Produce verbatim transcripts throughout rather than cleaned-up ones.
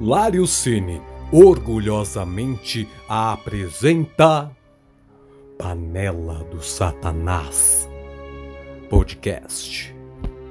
Lário Cine orgulhosamente apresenta Panela do Satanás Podcast.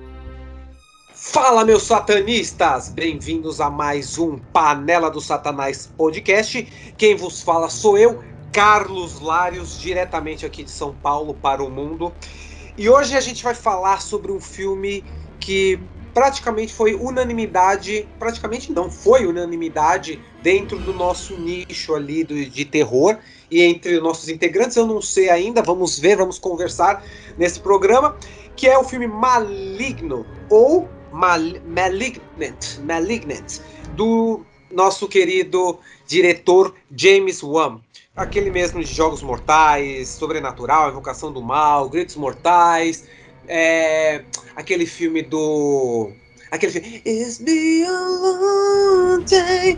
Fala, meus satanistas! Bem-vindos a mais um Panela do Satanás Podcast. Quem vos fala sou eu, Carlos Lários, diretamente aqui de São Paulo para o mundo. E hoje a gente vai falar sobre um filme que praticamente foi unanimidade, praticamente não foi unanimidade dentro do nosso nicho ali do, de terror e entre os nossos integrantes, eu não sei ainda, vamos ver, vamos conversar nesse programa, que é o filme Maligno, ou Mal Malignant, Malignant, do nosso querido diretor James Wan. Aquele mesmo de Jogos Mortais, Sobrenatural, Invocação do Mal, Gritos Mortais, é, aquele filme do... Aquele filme... It's been a long day,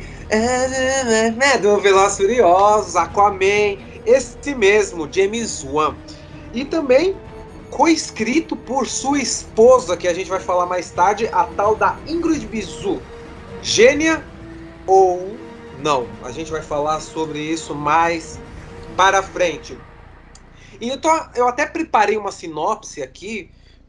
é, do Velozes e Furiosos, Aquaman, esse mesmo, James Wan. E também coescrito por sua esposa, que a gente vai falar mais tarde, a tal da Ingrid Bisu. Gênia ou não? A gente vai falar sobre isso mais para frente. E eu, tô, eu até preparei uma sinopse aqui,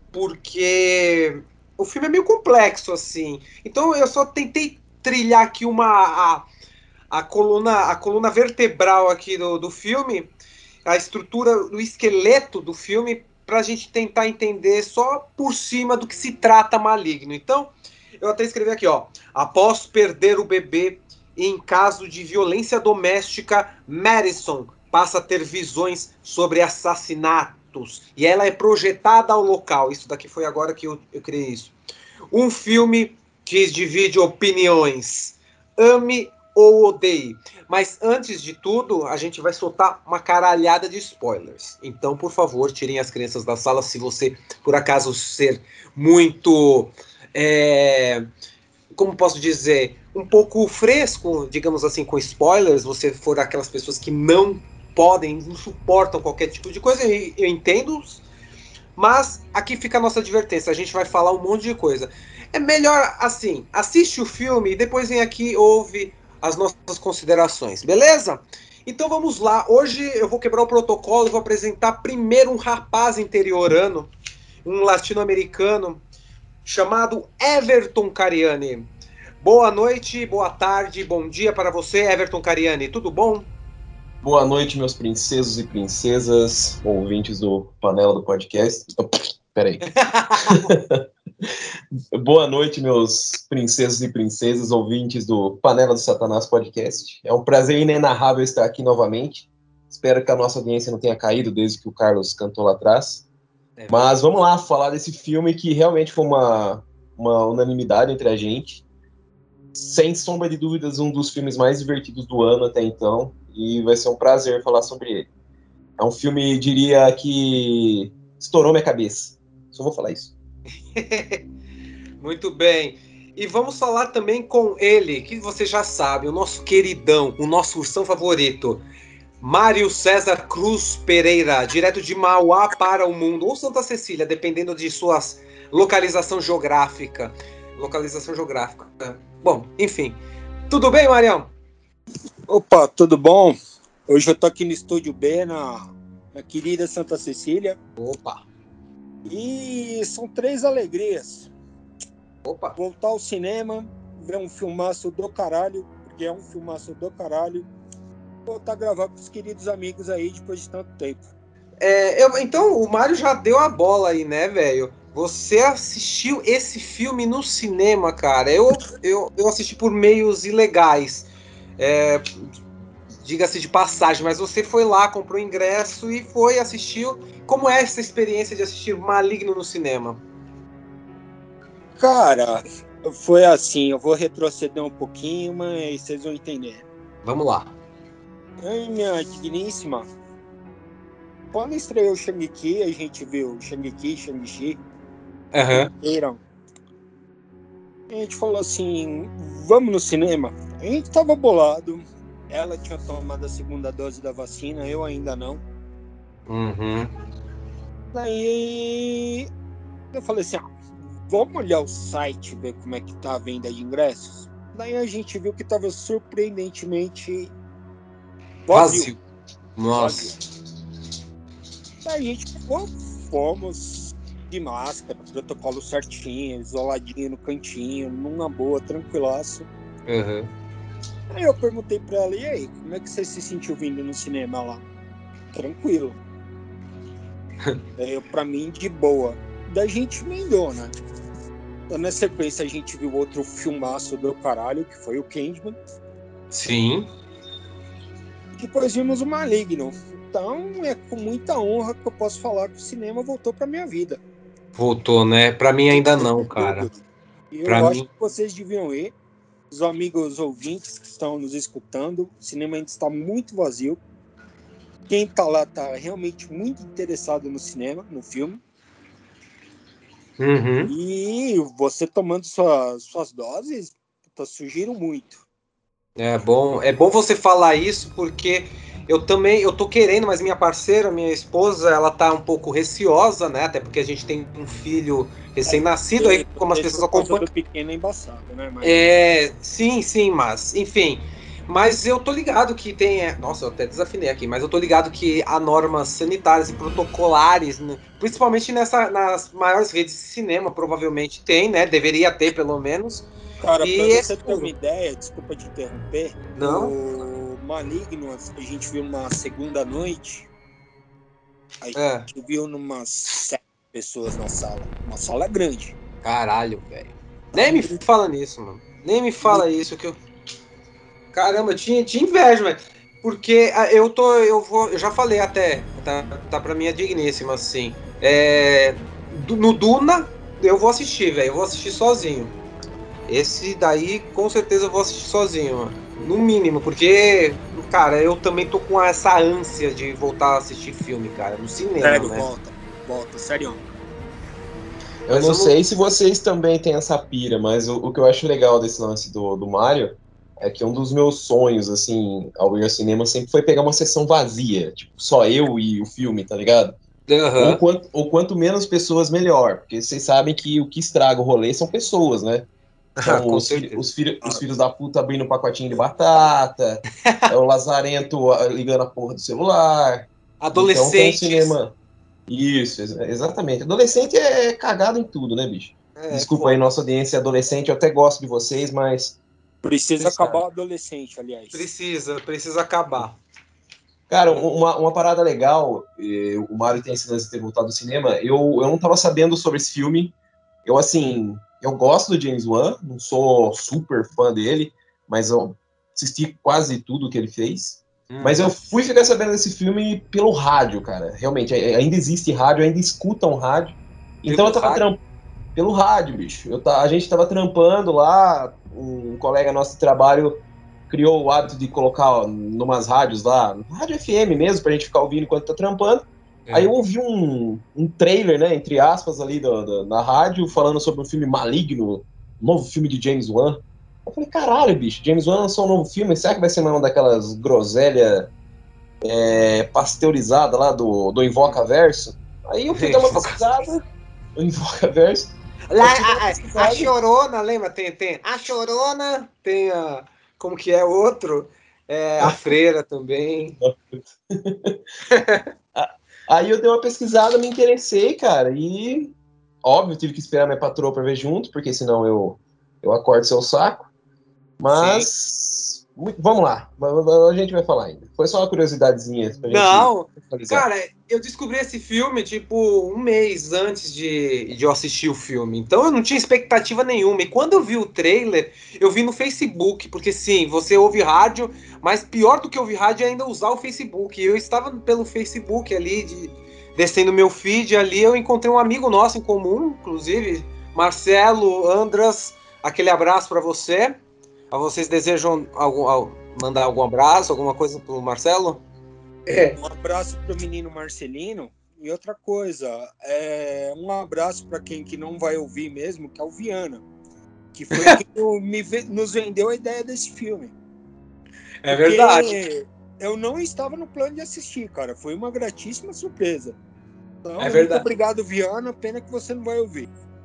porque o filme é meio complexo, assim. Então eu só tentei trilhar aqui uma a, a, coluna, a coluna vertebral aqui do, do filme, a estrutura, o esqueleto do filme, para a gente tentar entender só por cima do que se trata Maligno. Então, eu até escrevi aqui, ó. Após perder o bebê em caso de violência doméstica, Madison passa a ter visões sobre assassinatos. E ela é projetada ao local. Isso daqui foi agora que eu, eu criei isso. Um filme que divide opiniões. Ame ou odeie. Mas antes de tudo, a gente vai soltar uma caralhada de spoilers. Então, por favor, tirem as crianças da sala se você, por acaso, ser muito... É, como posso dizer? Um pouco fresco, digamos assim, com spoilers. Você for aquelas pessoas que não podem, não suportam qualquer tipo de coisa. Eu, eu entendo. Mas aqui fica a nossa advertência. A gente vai falar um monte de coisa. É melhor assim, assiste o filme e depois vem aqui e ouve as nossas considerações, beleza? Então vamos lá, hoje eu vou quebrar o protocolo e vou apresentar primeiro um rapaz interiorano, um latino-americano, chamado Everton Cariani. Boa noite, boa tarde, bom dia para você, Everton Cariani, tudo bom? Boa noite, meus princesos e princesas, ouvintes do Panela do Podcast. Oh, peraí. Boa noite, meus princesos e princesas, ouvintes do Panela do Satanás Podcast. É um prazer inenarrável estar aqui novamente. Espero que a nossa audiência não tenha caído desde que o Carlos cantou lá atrás. É. Mas vamos lá falar desse filme que realmente foi uma, uma unanimidade entre a gente. Sem sombra de dúvidas, um dos filmes mais divertidos do ano até então. E vai ser um prazer falar sobre ele. É um filme, diria, que estourou minha cabeça. Só vou falar isso. Muito bem. E vamos falar também com ele, que você já sabe, o nosso queridão, o nosso ursão favorito, Mário César Cruz Pereira, direto de Mauá para o mundo, ou Santa Cecília, dependendo de sua localização geográfica. Localização geográfica. Bom, enfim. Tudo bem, Marião? Opa, tudo bom? Hoje eu tô aqui no Estúdio B, na, na querida Santa Cecília. Opa! E são três alegrias. Opa! Voltar ao cinema, ver um filmaço do caralho, porque é um filmaço do caralho. Voltar a gravar com os queridos amigos aí depois de tanto tempo. É, eu, então, o Mário já deu a bola aí, né, velho? Você assistiu esse filme no cinema, cara. Eu, eu, eu assisti por meios ilegais. É, diga-se de passagem, mas você foi lá, comprou ingresso e foi, assistiu. Como é essa experiência de assistir Maligno no cinema? Cara, foi assim, eu vou retroceder um pouquinho, mas vocês vão entender. Vamos lá. Ai, minha digníssima. Quando estreou o Shang-Chi, a gente viu Shang-Chi, Shang-Chi. Uhum. A gente falou assim, vamos no cinema? A gente tava bolado. Ela tinha tomado a segunda dose da vacina, eu ainda não. Uhum. Daí eu falei assim, ah, vamos olhar o site, ver como é que tá a venda de ingressos. Daí a gente viu que tava surpreendentemente vazio. Vazio. Nossa. Vazio. Daí a gente ficou, fomos de máscara, protocolo certinho, isoladinho no cantinho, numa boa, tranquilaço. Uhum. Aí eu perguntei pra ela, e aí, como é que você se sentiu vindo no cinema lá? Tranquilo. Daí eu, pra mim, de boa. Daí a gente emendou, né? Então, na sequência, a gente viu outro filmaço do caralho, que foi o Candyman. Sim. Depois vimos o Maligno. Então, é com muita honra que eu posso falar que o cinema voltou pra minha vida. Voltou, né? Pra mim ainda não, cara. E eu Pra acho mim... que vocês deviam ir. Os amigos ouvintes que estão nos escutando, o cinema ainda está muito vazio. Quem tá lá tá realmente muito interessado no cinema, no filme. Uhum. E você tomando sua, suas doses, tá, sugiro muito. É bom, é bom você falar isso porque eu também, eu tô querendo, mas minha parceira, minha esposa, ela tá um pouco receosa, né? Até porque a gente tem um filho recém-nascido, aí como as pessoas acompanham. Do pequeno é embaçado, né? Mas... É, sim, sim, mas, enfim. Mas eu tô ligado que tem. é, Nossa, eu até desafinei aqui, mas eu tô ligado que há normas sanitárias e protocolares, né, principalmente nessa, nas maiores redes de cinema, provavelmente tem, né? Deveria ter, pelo menos. Cara, E pra é você ter tudo. uma ideia, desculpa te interromper, Não? o Maligno, a gente viu numa segunda noite, a gente É. viu numas sete pessoas na sala. Uma sala grande. Caralho, velho. Tá Nem me muito- fala nisso, mano. Nem me fala isso que eu. Caramba, eu tinha, tinha inveja, velho. Porque ah, eu tô. Eu vou. Eu já falei até. Tá, tá pra minha digníssima, assim. É, do- no Duna, eu vou assistir, velho. Eu vou assistir sozinho. Esse daí, com certeza, eu vou assistir sozinho, mano. No mínimo, porque, cara, eu também tô com essa ânsia de voltar a assistir filme, cara, no cinema, Sério, né? volta, volta, sério. Eu Mas não eu não- sei se vocês também têm essa pira, mas o, o que eu acho legal desse lance do, do Mario é que um dos meus sonhos, assim, ao ir ao cinema sempre foi pegar uma sessão vazia, tipo, só eu e o filme, tá ligado? Ou Aham. quanto, ou quanto menos pessoas, melhor, porque vocês sabem que o que estraga o rolê são pessoas, né? São Com os, fi- certeza. os, filho- os filhos da puta abrindo um pacotinho de batata, é o lazarento ah, ligando a porra do celular. Então tem um Adolescentes. cinema. Isso, ex- exatamente. Adolescente é cagado em tudo, né, bicho? É, Desculpa aí, foda. nossa audiência adolescente, eu até gosto de vocês, mas. Precisa Vocês acabar sabem. o adolescente, aliás. Precisa, precisa acabar. Cara, uma, uma parada legal, eh, o Mário tem esse lance de ter voltado ao cinema, eu, eu não tava sabendo sobre esse filme. Eu, assim, eu gosto do James Wan, não sou super fã dele, mas eu assisti quase tudo que ele fez. Mas eu fui ficar sabendo desse filme pelo rádio, cara. Realmente, a- ainda existe rádio, ainda escutam rádio. Então Pelo eu tava rádio? tram... pelo rádio, bicho. Eu ta... A gente tava trampando lá, um colega nosso de trabalho criou o hábito de colocar numas rádios lá, rádio F M mesmo, pra gente ficar ouvindo enquanto tá trampando. É. Aí eu ouvi um, um trailer, né, entre aspas, ali do, do, na rádio, falando sobre um filme Maligno, novo filme de James Wan. Eu falei, caralho, bicho, James Wan lançou um novo filme, será que vai ser uma daquelas groselhas é, pasteurizadas lá do, do Invocaverso? Aí eu fui dar uma pesquisada, o Invocaverso. Lá, Eu fui dar uma a, a, a pesquisada. Chorona, lembra? Tem, tem a Chorona, tem a. Como que é outro? É, a Freira também. Aí eu dei uma pesquisada, me interessei, cara, e óbvio, tive que esperar minha patroa pra ver junto, porque senão eu, eu acordo seu saco. Mas mu- vamos lá, a gente vai falar ainda. Foi só uma curiosidadezinha pra gente Não, atualizar. cara, eu descobri esse filme tipo um mês antes de, de eu assistir o filme. Então eu não tinha expectativa nenhuma. E quando eu vi o trailer, eu vi no Facebook, porque sim, você ouve rádio, mas pior do que ouvir rádio é ainda usar o Facebook. E eu estava pelo Facebook ali, de, descendo meu feed ali, eu encontrei um amigo nosso em comum, inclusive, Marcelo Andras. Aquele abraço para você. A vocês desejam algum, mandar algum abraço, alguma coisa pro Marcelo? É. Um abraço pro menino Marcelino. E outra coisa, é um abraço para quem que não vai ouvir mesmo, que é o Viana, que foi quem me, nos vendeu a ideia desse filme. É verdade. Eu não estava no plano de assistir, cara. Foi uma gratíssima surpresa. Então, é verdade. Muito obrigado, Viana. Pena que você não vai ouvir.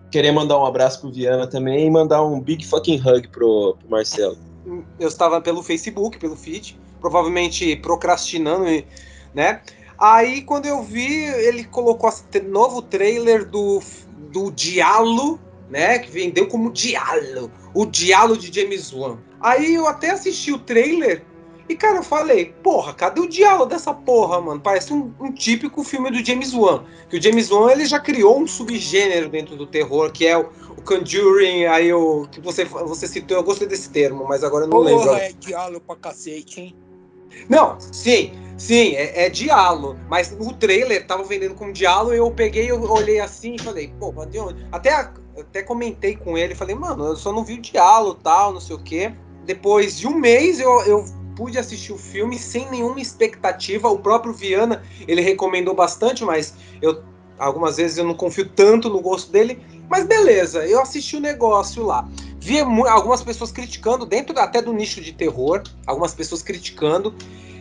querer mandar um abraço pro Viana também e mandar um big fucking hug pro, pro Marcelo. Eu estava pelo Facebook, pelo feed, provavelmente procrastinando, né? Aí quando eu vi, ele colocou esse novo trailer do, do Diallo, né? Que vendeu como Diallo, o Diallo de James Wan. Aí eu até assisti o trailer e, cara, eu falei, porra, cadê o Diallo dessa porra, mano? Parece um, um típico filme do James Wan. Que o James Wan, ele já criou um subgênero dentro do terror, que é o, o Conjuring, aí o que você, você citou, eu gostei desse termo, mas agora eu não porra, lembro. Porra, é Diallo pra cacete, hein? Não, sim, sim, é, é Diallo, mas o trailer tava vendendo como Diallo, eu peguei, eu olhei assim e falei, pô, de onde? Até, até comentei com ele, falei, mano, eu só não vi o Diallo, tal, não sei o quê. Depois de um mês eu, eu pude assistir o filme sem nenhuma expectativa. O próprio Viana, ele recomendou bastante, mas eu algumas vezes eu não confio tanto no gosto dele. Mas beleza, eu assisti o negócio lá. Vi algumas pessoas criticando, dentro até do nicho de terror, algumas pessoas criticando.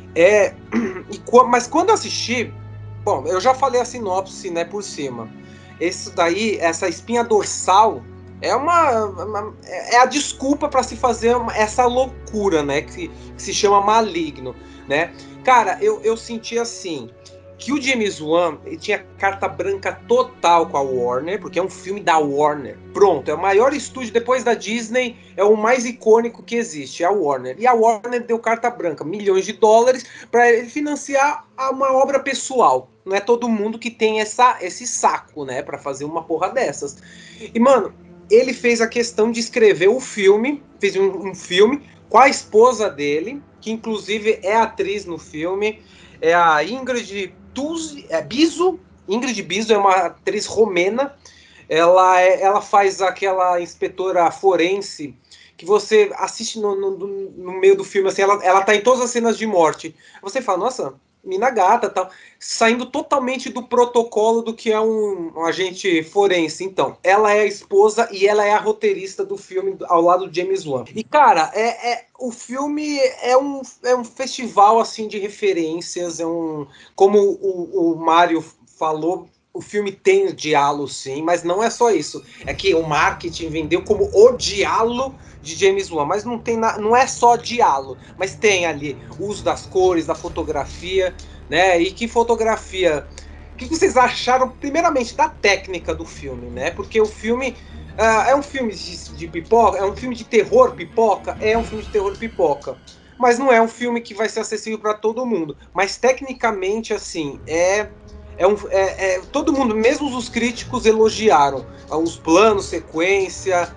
É, e, mas quando eu assisti, bom, eu já falei a sinopse, né, por cima. Isso daí, essa espinha dorsal, é uma, uma é a desculpa para se fazer uma, essa loucura, né, que, que se chama Maligno, né? Cara, eu, eu senti assim, que o James Wan tinha carta branca total com a Warner, porque é um filme da Warner. Pronto, é o maior estúdio depois da Disney, é o mais icônico que existe, é a Warner. E a Warner deu carta branca, milhões de dólares, para ele financiar uma obra pessoal. Não é todo mundo que tem essa, esse saco, né, para fazer uma porra dessas. E, mano, ele fez a questão de escrever o filme, fez um, um filme com a esposa dele, que inclusive é atriz no filme, é a Ingrid Tuz, é, Biso. Ingrid Biso é uma atriz romena. Ela, é, ela faz aquela inspetora forense que você assiste no, no, no meio do filme, assim, ela, ela tá em todas as cenas de morte. Você fala, nossa, mina gata, tal, saindo totalmente do protocolo do que é um, um agente forense. Então, ela é a esposa e ela é a roteirista do filme ao lado do James Wan. E, cara, é, é, o filme é um, é um festival, assim, de referências, é um, como o, o Mário falou, o filme tem Diallo, sim, mas não é só isso. É que o marketing vendeu como o Diallo de James Wan, mas não, tem na, não é só Diallo, mas tem ali o uso das cores, da fotografia, né? E que fotografia... O que vocês acharam, primeiramente, da técnica do filme, né? Porque o filme uh, é um filme de, de pipoca, é um filme de terror pipoca, é um filme de terror pipoca. Mas não é um filme que vai ser acessível para todo mundo. Mas, tecnicamente, assim, é... É um, é, é, todo mundo, mesmo os críticos, elogiaram os planos, sequência.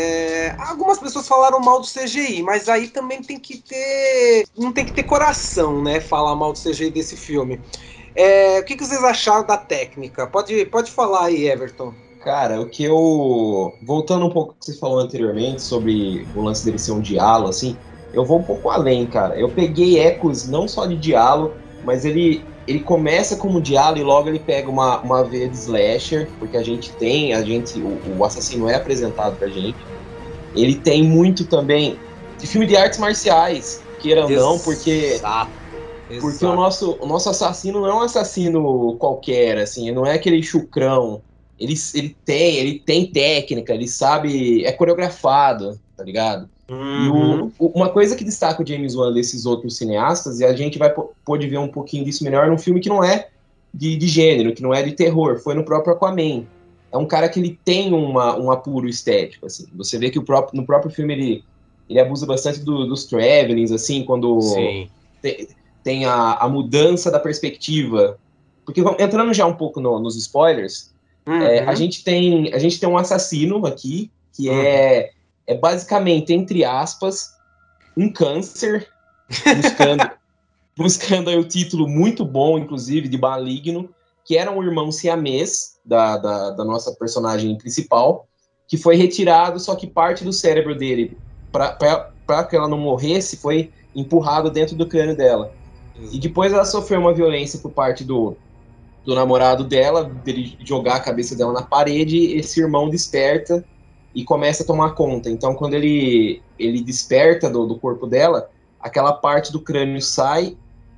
É, algumas pessoas falaram mal do C G I, mas aí também tem que ter. Não tem que ter coração, né? Falar mal do C G I desse filme. É, o que, que vocês acharam da técnica? Pode, pode falar aí, Everton. Cara, o que eu. Voltando um pouco ao que você falou anteriormente sobre o lance dele ser um Diallo, assim, eu vou um pouco além, cara. Eu peguei ecos não só de Diallo, mas ele. Ele começa como Diallo e logo ele pega uma, uma veia de slasher, porque a gente tem, a gente, o, o assassino é apresentado pra gente. Ele tem muito também de filme de artes marciais, queira ou não, porque, Exato. porque o, nosso, o nosso assassino não é um assassino qualquer, assim, não é aquele chucrão. Ele, ele, tem, ele tem técnica, ele sabe, é coreografado, tá ligado? Uhum. E o, o, uma coisa que destaca o James Wan desses outros cineastas, e a gente vai pôde ver um pouquinho disso melhor num filme que não é de, de gênero, que não é de terror, foi no próprio Aquaman. É um cara que ele tem uma, um apuro estético, assim. Você vê que o próprio, no próprio filme ele, ele abusa bastante do, dos travelings, assim, quando tem, tem a, a mudança da perspectiva. Porque, entrando já um pouco no, nos spoilers, uhum. é, a, gente tem, a gente tem um assassino aqui, que uhum. é... É basicamente, entre aspas, um câncer, buscando, buscando aí o título muito bom, inclusive, de Maligno, que era um irmão siamês da, da, da nossa personagem principal, que foi retirado, só que parte do cérebro dele, para que ela não morresse, foi empurrado dentro do crânio dela. E depois ela sofreu uma violência por parte do, do namorado dela, dele jogar a cabeça dela na parede, e esse irmão desperta e começa a tomar conta. Então, quando ele, ele desperta do, do corpo dela, aquela parte do crânio sai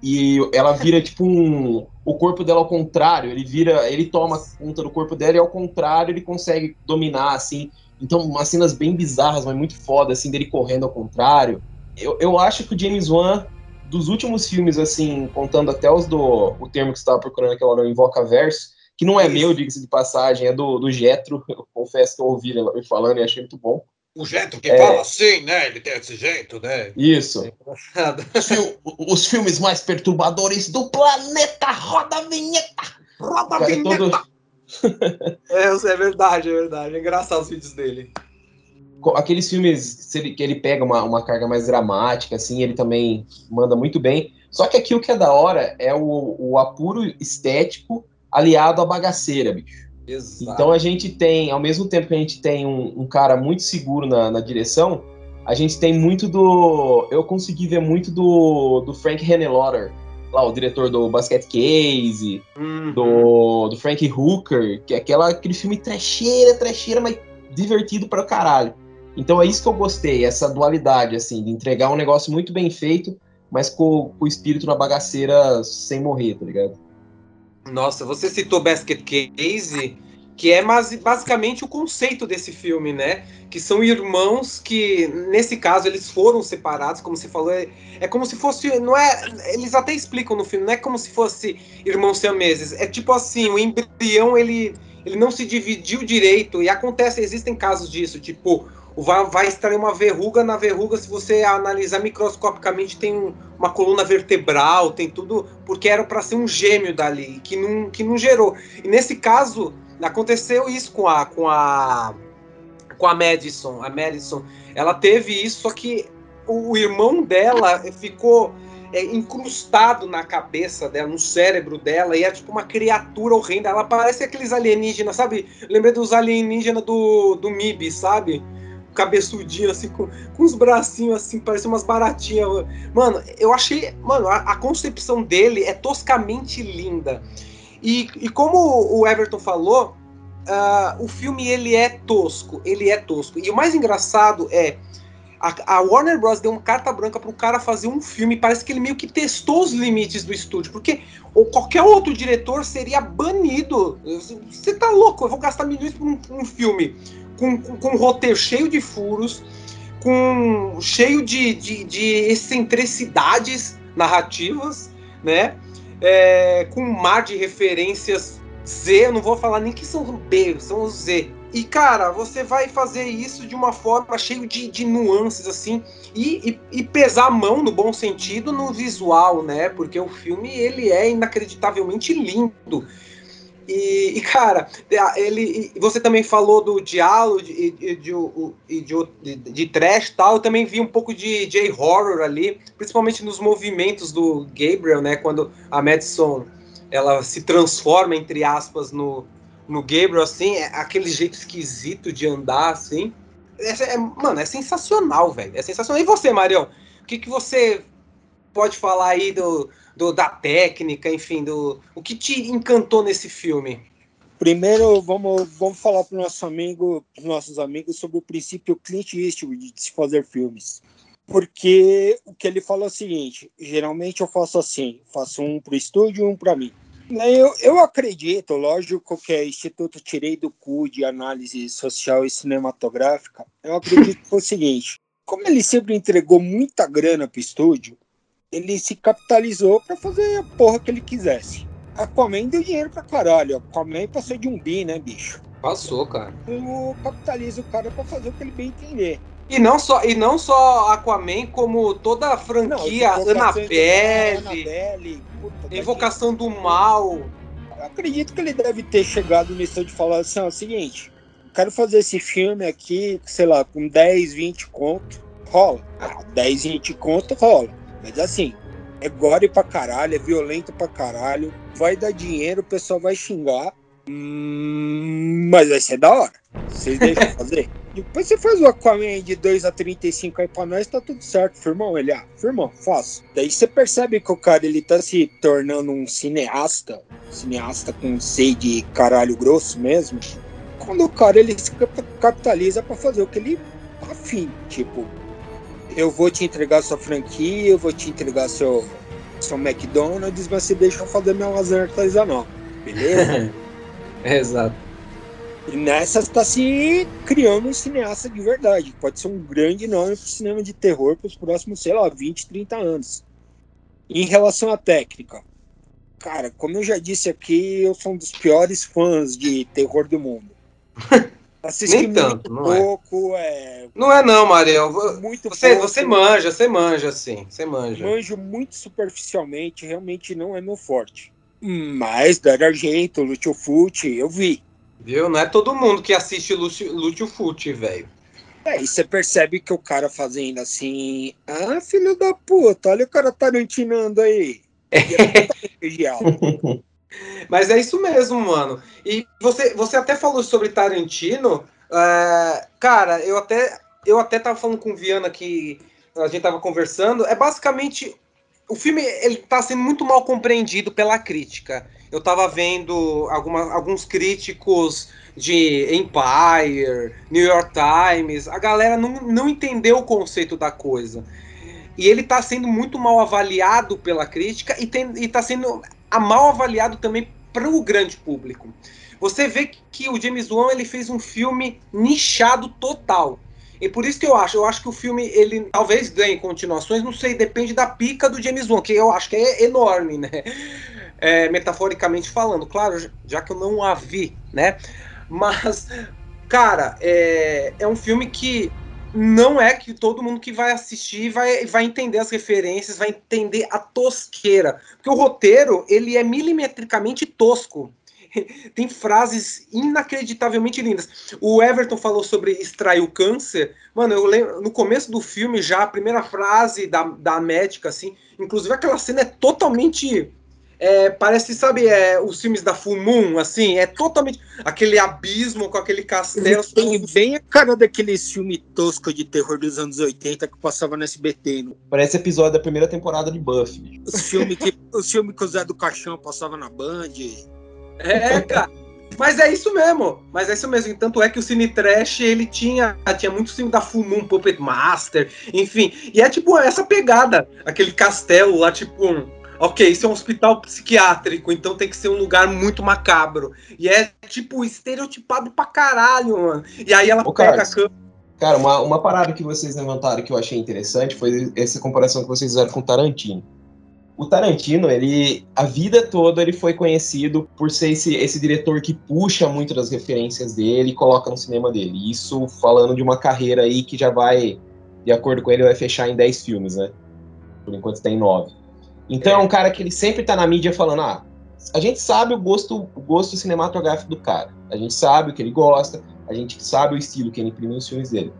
e ela vira tipo um... O corpo dela ao contrário, ele vira... Ele toma conta do corpo dela e ao contrário ele consegue dominar, assim. Então, umas cenas bem bizarras, mas muito foda, assim, dele correndo ao contrário. Eu, eu acho que o James Wan, dos últimos filmes, assim, contando até os do... O termo que você estava procurando aquela hora, o Invocaverso, que não é Isso. meu, diga-se de passagem, é do, do Jetro. Eu confesso que eu ouvi ele falando e achei muito bom. O Jetro que é... fala assim, né? Ele tem esse jeito, né? Isso. Os, fil- os filmes mais perturbadores do planeta. Roda a vinheta! Roda a vinheta! É, todo... é, é verdade, é verdade. É engraçado os vídeos dele. Aqueles filmes que ele pega uma, uma carga mais dramática, assim, ele também manda muito bem. Só que aqui o que é da hora é o, o apuro estético aliado à bagaceira, bicho. Exato. Então a gente tem, ao mesmo tempo que a gente tem um, um cara muito seguro na, na direção, a gente tem muito do... Eu consegui ver muito do, do Frank Henenlotter, lá, o diretor do Basket Case, uhum. do, do Frank Hooker, que é aquela, aquele filme trecheira, trecheira, mas divertido pra caralho. Então é isso que eu gostei, essa dualidade, assim, de entregar um negócio muito bem feito, mas com, com o espírito na bagaceira sem morrer, tá ligado? Nossa, você citou Basket Case, que é mas, basicamente o conceito desse filme, né? Que são irmãos que, nesse caso, eles foram separados, como você falou, é, é como se fosse, não é, eles até explicam no filme, não é como se fosse irmãos siameses, é tipo assim, o embrião, ele, ele não se dividiu direito, e acontece, existem casos disso, tipo, vai, vai extrair uma verruga, na verruga, se você analisar microscopicamente, tem um, uma coluna vertebral, tem tudo, porque era para ser um gêmeo dali, que não, que não gerou. E nesse caso, aconteceu isso com a, com a, com a Madison. A Madison, ela teve isso, só que o, o irmão dela ficou é, incrustado na cabeça dela, no cérebro dela, e é tipo uma criatura horrenda. Ela parece aqueles alienígenas, sabe? Lembrei dos alienígenas do, do M I B, sabe? Cabeçudinho, assim, com, com os bracinhos, assim, parecem umas baratinhas. Mano, eu achei... Mano, a, a concepção dele é toscamente linda. E, e como o Everton falou, uh, o filme, ele é tosco. Ele é tosco. E o mais engraçado é... A, a Warner Bros. Deu uma carta branca pro cara fazer um filme. Parece que ele meio que testou os limites do estúdio. Porque ou qualquer outro diretor seria banido. Você tá louco? Eu vou gastar milhões por um, um filme... Com, com, com um roteiro cheio de furos, com, cheio de, de, de excentricidades narrativas, né? É, com um mar de referências Z, eu não vou falar nem que são B, são Z. E, cara, você vai fazer isso de uma forma cheia de, de nuances, assim, e, e, e pesar a mão, no bom sentido, no visual, né? Porque o filme, ele é inacreditavelmente lindo. E, e, cara, ele, você também falou do diálogo e de, de, de, de, de trash e tal. Eu também vi um pouco de J-horror ali, principalmente nos movimentos do Gabriel, né? Quando a Madison, ela se transforma, entre aspas, no, no Gabriel, assim, é aquele jeito esquisito de andar, assim. É, é, mano, é sensacional, velho. É sensacional. E você, Marião? O que, que você pode falar aí do, do, da técnica, enfim, do, o que te encantou nesse filme? Primeiro, vamos, vamos falar para nosso amigo, os nossos amigos sobre o princípio Clint Eastwood de se fazer filmes. Porque o que ele fala é o seguinte, geralmente eu faço assim, faço um para o estúdio e um para mim. Eu, eu acredito, lógico que é Instituto Tirei do Cu de Análise Social e Cinematográfica, eu acredito que foi o seguinte, como ele sempre entregou muita grana para o estúdio, ele se capitalizou pra fazer a porra que ele quisesse. Aquaman deu dinheiro pra caralho. Aquaman passou de um bi, né, bicho? Passou, cara. Eu capitalizo o cara pra fazer o que ele bem entender. E não só, e não só Aquaman, como toda a franquia, não, Annabelle, Invocação do Mal. Eu acredito que ele deve ter chegado no estúdio e falado assim, ó, é o seguinte, quero fazer esse filme aqui, sei lá, com dez, vinte conto, rola. Ah, dez, vinte conto, rola. Mas assim, é gore pra caralho, é violento pra caralho, vai dar dinheiro, o pessoal vai xingar, hum, mas vai ser da hora. Vocês deixam fazer? Depois você faz o Aquaman de dois a trinta e cinco aí pra nós, tá tudo certo, firmão. Ele, ah, firmão, faço. Daí você percebe que o cara, ele tá se tornando um cineasta, cineasta com C de caralho grosso mesmo, quando o cara, ele se capitaliza pra fazer o que ele afim, tipo... Eu vou te entregar sua franquia, eu vou te entregar seu, são McDonald's, mas você deixa eu fazer meu lasanha artesanal, beleza? É, exato. E nessa está se criando um cineasta de verdade. Pode ser um grande nome para o cinema de terror para os próximos, sei lá, vinte, trinta anos. Em relação à técnica, cara, como eu já disse aqui, eu sou um dos piores fãs de terror do mundo. Assisti Nem tanto, muito não é. pouco, é... Não é não, Mariel. Muito Você, pouco. você manja, você manja, sim. Você manja. Manjo muito superficialmente, realmente não é meu forte. Mas Dario Argento, Lúcio Fucci, eu vi. Viu? Não é todo mundo que assiste Lúcio, Lúcio Fucci, velho. É, e você percebe que o cara fazendo assim... Ah, filho da puta, olha o cara tarantinando aí. É. Mas é isso mesmo, mano. E você, você até falou sobre Tarantino. Uh, cara, eu até, eu até tava falando com o Viana que a gente tava conversando. É basicamente... O filme ele tá sendo muito mal compreendido pela crítica. Eu tava vendo alguma, alguns críticos de Empire, New York Times. A galera não, não entendeu o conceito da coisa. E ele tá sendo muito mal avaliado pela crítica e, tem, e tá sendo mal avaliado também para o grande público. Você vê que o James Wan ele fez um filme nichado total. E por isso que eu acho, eu acho que o filme, ele talvez ganhe continuações, não sei, depende da pica do James Wan, que eu acho que é enorme, né? É, metaforicamente falando, claro, já que eu não a vi, né? Mas, cara, é, é um filme que não é que todo mundo que vai assistir vai, vai entender as referências, vai entender a tosqueira. Porque o roteiro, ele é milimetricamente tosco. Tem frases inacreditavelmente lindas. O Everton falou sobre extrair o câncer. Mano, eu lembro, no começo do filme já, a primeira frase da, da médica, assim, inclusive aquela cena é totalmente... É, parece, sabe, é, os filmes da Full Moon, assim, é totalmente aquele abismo com aquele castelo. Tem bem a cara daqueles filmes toscos de terror dos anos oitenta que passava no S B T. No... Parece episódio da primeira temporada de Buffy. Os filmes que, os filmes que o Zé do Caixão passava na Band. É, cara. Mas é isso mesmo. Mas é isso mesmo. E tanto é que o Cine Trash, ele tinha, tinha muito filme da Full Moon, Puppet Master, enfim. E é tipo essa pegada. Aquele castelo lá, tipo um... Ok, isso é um hospital psiquiátrico, então tem que ser um lugar muito macabro. E é, tipo, estereotipado pra caralho, mano. E aí ela Ô, pega Carlos, a câmera... Cara, uma, uma parada que vocês levantaram que eu achei interessante foi essa comparação que vocês fizeram com o Tarantino. O Tarantino, ele, a vida toda ele foi conhecido por ser esse, esse diretor que puxa muito das referências dele e coloca no cinema dele. Isso falando de uma carreira aí que já vai, de acordo com ele, vai fechar em dez filmes, né? Por enquanto tem nove. Então é um cara que ele sempre tá na mídia falando, ah, a gente sabe o gosto, o gosto cinematográfico do cara, a gente sabe o que ele gosta, a gente sabe o estilo que ele imprime nos filmes dele.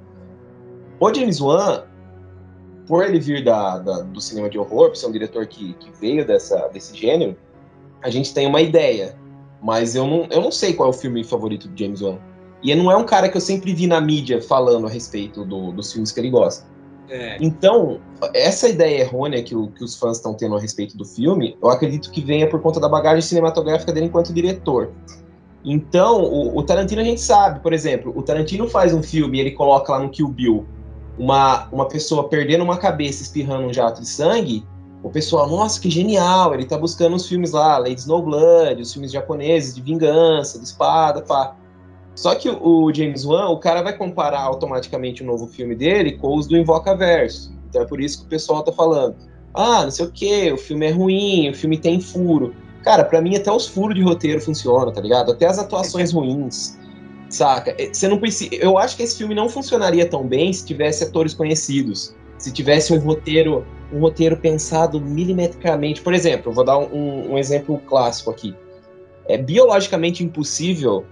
O James Wan, por ele vir da, da, do cinema de horror, por ser um diretor que, que veio dessa, desse gênero, a gente tem uma ideia, mas eu não, eu não sei qual é o filme favorito do James Wan. E ele não é um cara que eu sempre vi na mídia falando a respeito do, dos filmes que ele gosta. É. Então, essa ideia errônea que, o, que os fãs estão tendo a respeito do filme, eu acredito que venha por conta da bagagem cinematográfica dele enquanto diretor. Então, o, o Tarantino a gente sabe, por exemplo, o Tarantino faz um filme e ele coloca lá no Kill Bill uma, uma pessoa perdendo uma cabeça, espirrando um jato de sangue, o pessoal, nossa, que genial, ele tá buscando os filmes lá, Lady Snowblood, os filmes japoneses de vingança, de espada, pá. Só que o James Wan, o cara vai comparar automaticamente o novo filme dele com os do Invocaverso. Então é por isso que o pessoal tá falando, ah, não sei o que, o filme é ruim, o filme tem furo. Cara, pra mim até os furos de roteiro funcionam, tá ligado? Até as atuações ruins, saca? Você não precisa... Eu acho que esse filme não funcionaria tão bem se tivesse atores conhecidos, se tivesse um roteiro, um roteiro pensado milimetricamente. Por exemplo, eu vou dar um, um exemplo clássico aqui. É biologicamente impossível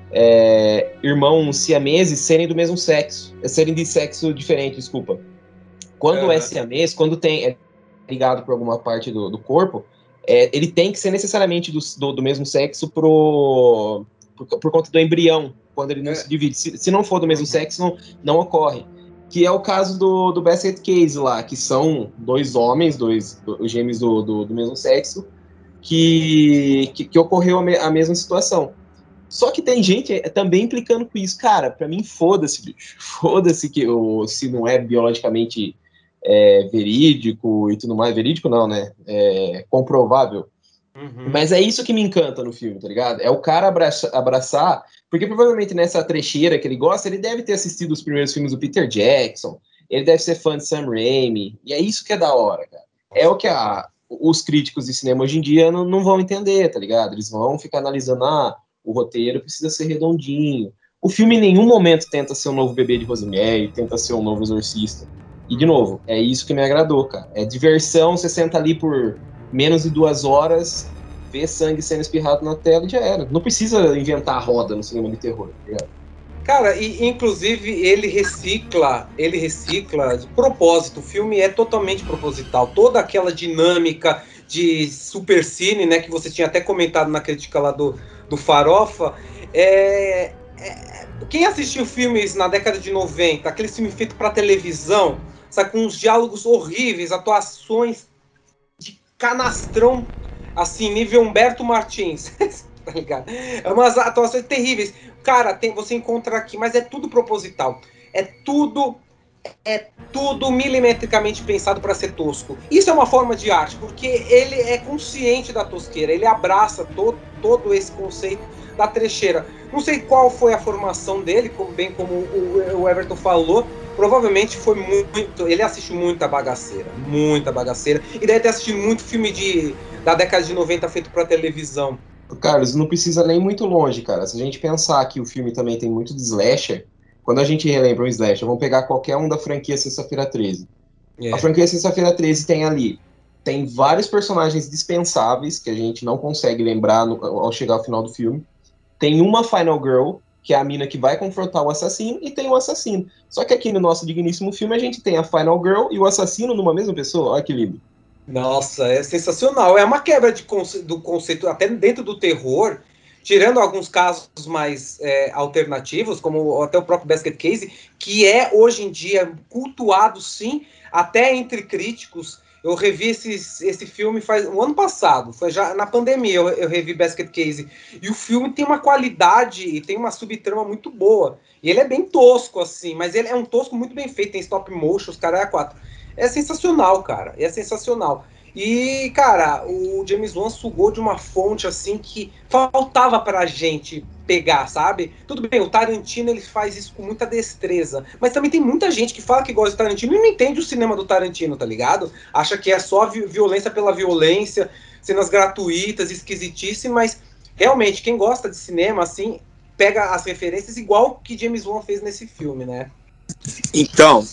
É, irmãos siameses serem do mesmo sexo, serem de sexo diferente, desculpa. Quando uhum. é siamês, quando tem, é ligado por alguma parte do, do corpo, é, ele tem que ser necessariamente do, do, do mesmo sexo pro, por, por conta do embrião, quando ele não é. se divide. Se, se não for do mesmo uhum. sexo, não, não ocorre. Que é o caso do, do Basket Case lá, que são dois homens, dois do, gêmeos do, do, do mesmo sexo, que, que, que ocorreu a, me, a mesma situação. Só que tem gente também implicando com isso. Cara, pra mim, foda-se, bicho. Foda-se que o, se não é biologicamente é, verídico e tudo mais. Verídico não, né? É, comprovável. Uhum. Mas é isso que me encanta no filme, tá ligado? É o cara abraça, abraçar, porque provavelmente nessa trecheira que ele gosta, ele deve ter assistido os primeiros filmes do Peter Jackson, ele deve ser fã de Sam Raimi, e é isso que é da hora, cara. É o que a, os críticos de cinema hoje em dia não, não vão entender, tá ligado? Eles vão ficar analisando, ah, o roteiro precisa ser redondinho. O filme em nenhum momento tenta ser um novo Bebê de Rosemary, tenta ser um novo Exorcista. E, de novo, é isso que me agradou, cara. É diversão, você senta ali por menos de duas horas, vê sangue sendo espirrado na tela e já era. Não precisa inventar a roda no cinema de terror, tá ligado? Cara, e inclusive ele recicla, ele recicla de propósito. O filme é totalmente proposital. Toda aquela dinâmica de supercine, né, que você tinha até comentado na crítica lá do, do Farofa, é, é, quem assistiu filmes na década de noventa, aquele filme feito para televisão, sabe, com uns diálogos horríveis, atuações de canastrão, assim, nível Humberto Martins, tá ligado? É umas atuações terríveis. Cara, tem, você encontra aqui, mas é tudo proposital. É tudo, é tudo milimetricamente pensado para ser tosco. Isso é uma forma de arte, porque ele é consciente da tosqueira, ele abraça todo, todo esse conceito da trecheira. Não sei qual foi a formação dele, como, bem como o, o Everton falou, provavelmente foi muito. Ele assistiu muita bagaceira, muita bagaceira, e deve ter assistido muito filme de, da década de noventa feito para televisão. Carlos, não precisa nem muito longe, cara. Se a gente pensar que o filme também tem muito de slasher, quando a gente relembra um slasher, vamos pegar qualquer um da franquia Sexta-feira treze. É. A franquia Sexta-feira treze tem ali, tem vários personagens dispensáveis que a gente não consegue lembrar no, ao chegar ao final do filme. Tem uma Final Girl, que é a mina que vai confrontar o assassino, e tem o assassino. Só que aqui no nosso digníssimo filme a gente tem a Final Girl e o assassino numa mesma pessoa. Olha que lindo. Nossa, é sensacional. É uma quebra de conce do conceito, até dentro do terror, tirando alguns casos mais é, alternativos, como até o próprio Basket Case, que é hoje em dia cultuado, sim, até entre críticos. Eu revi esses, esse filme faz o ano passado, foi já na pandemia eu, eu revi Basket Case. E o filme tem uma qualidade e tem uma subtrama muito boa. E ele é bem tosco, assim, mas ele é um tosco muito bem feito, tem stop motion, os caras é a quatro. É sensacional, cara, é sensacional. E, cara, o James Wan sugou de uma fonte, assim, que faltava pra gente pegar, sabe? Tudo bem, o Tarantino, ele faz isso com muita destreza, mas também tem muita gente que fala que gosta de Tarantino e não entende o cinema do Tarantino, tá ligado? Acha que é só violência pela violência, cenas gratuitas, esquisitices, mas realmente, quem gosta de cinema, assim, pega as referências igual que James Wan fez nesse filme, né? Então,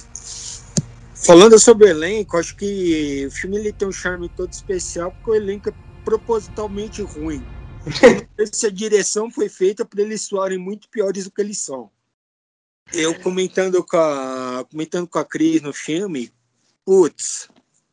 falando sobre o elenco, acho que o filme ele tem um charme todo especial porque o elenco é propositalmente ruim. Essa direção foi feita para eles soarem muito piores do que eles são. Eu comentando com a, comentando com a Cris no filme, putz,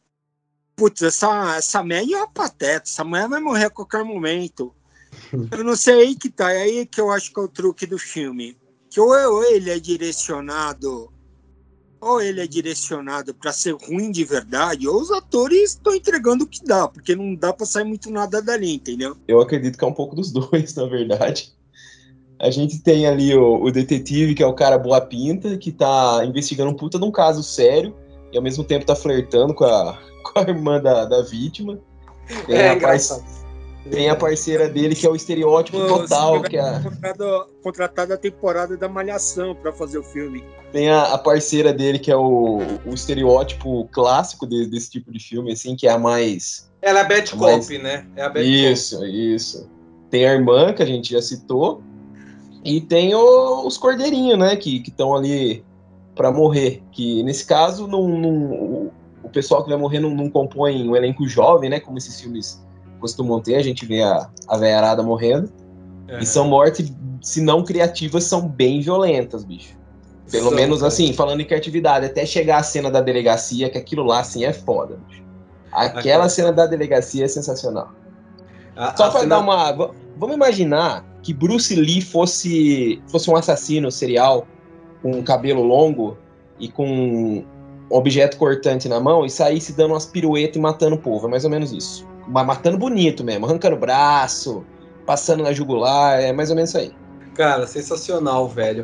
putz, essa, essa Maggie é uma pateta, essa mulher vai morrer a qualquer momento. Eu não sei aí que tá, é aí que eu acho que é o truque do filme. Que ou, ou ele é direcionado ou ele é direcionado para ser ruim de verdade, ou os atores estão entregando o que dá, porque não dá para sair muito nada dali, entendeu? Eu acredito que é um pouco dos dois, na verdade. A gente tem ali o, o detetive, que é o cara boa pinta, que tá investigando um puta de um caso sério, e ao mesmo tempo tá flertando com a, com a irmã da, da vítima. Tem, É, a parce... tem a parceira dele, que é o estereótipo total. Que é... contratado, contratado a temporada da Malhação para fazer o filme. Tem a, a parceira dele, que é o, o estereótipo clássico de, desse tipo de filme, assim, que é a mais... Ela é a bad cop, mais... né? É a bad isso, cop. isso. Tem a irmã, que a gente já citou, e tem o, os cordeirinhos, né, que estão ali para morrer. Que, nesse caso, não, não, o, o pessoal que vai morrer não, não compõe um elenco jovem, né, como esses filmes costumam ter. A gente vê a, a veiarada morrendo. Uhum. E são mortes, se não criativas, são bem violentas, bicho. Pelo São, menos, cara. Assim, falando em criatividade, até chegar a cena da delegacia, que aquilo lá, assim, é foda. Bicho. Aquela okay. cena da delegacia é sensacional. A, Só a pra cena... dar uma... Vamos imaginar que Bruce Lee fosse, fosse um assassino serial com um cabelo longo e com um objeto cortante na mão e saísse dando umas piruetas e matando o povo. É mais ou menos isso. Matando bonito mesmo, arrancando o braço, passando na jugular, é mais ou menos isso aí. Cara, sensacional, velho.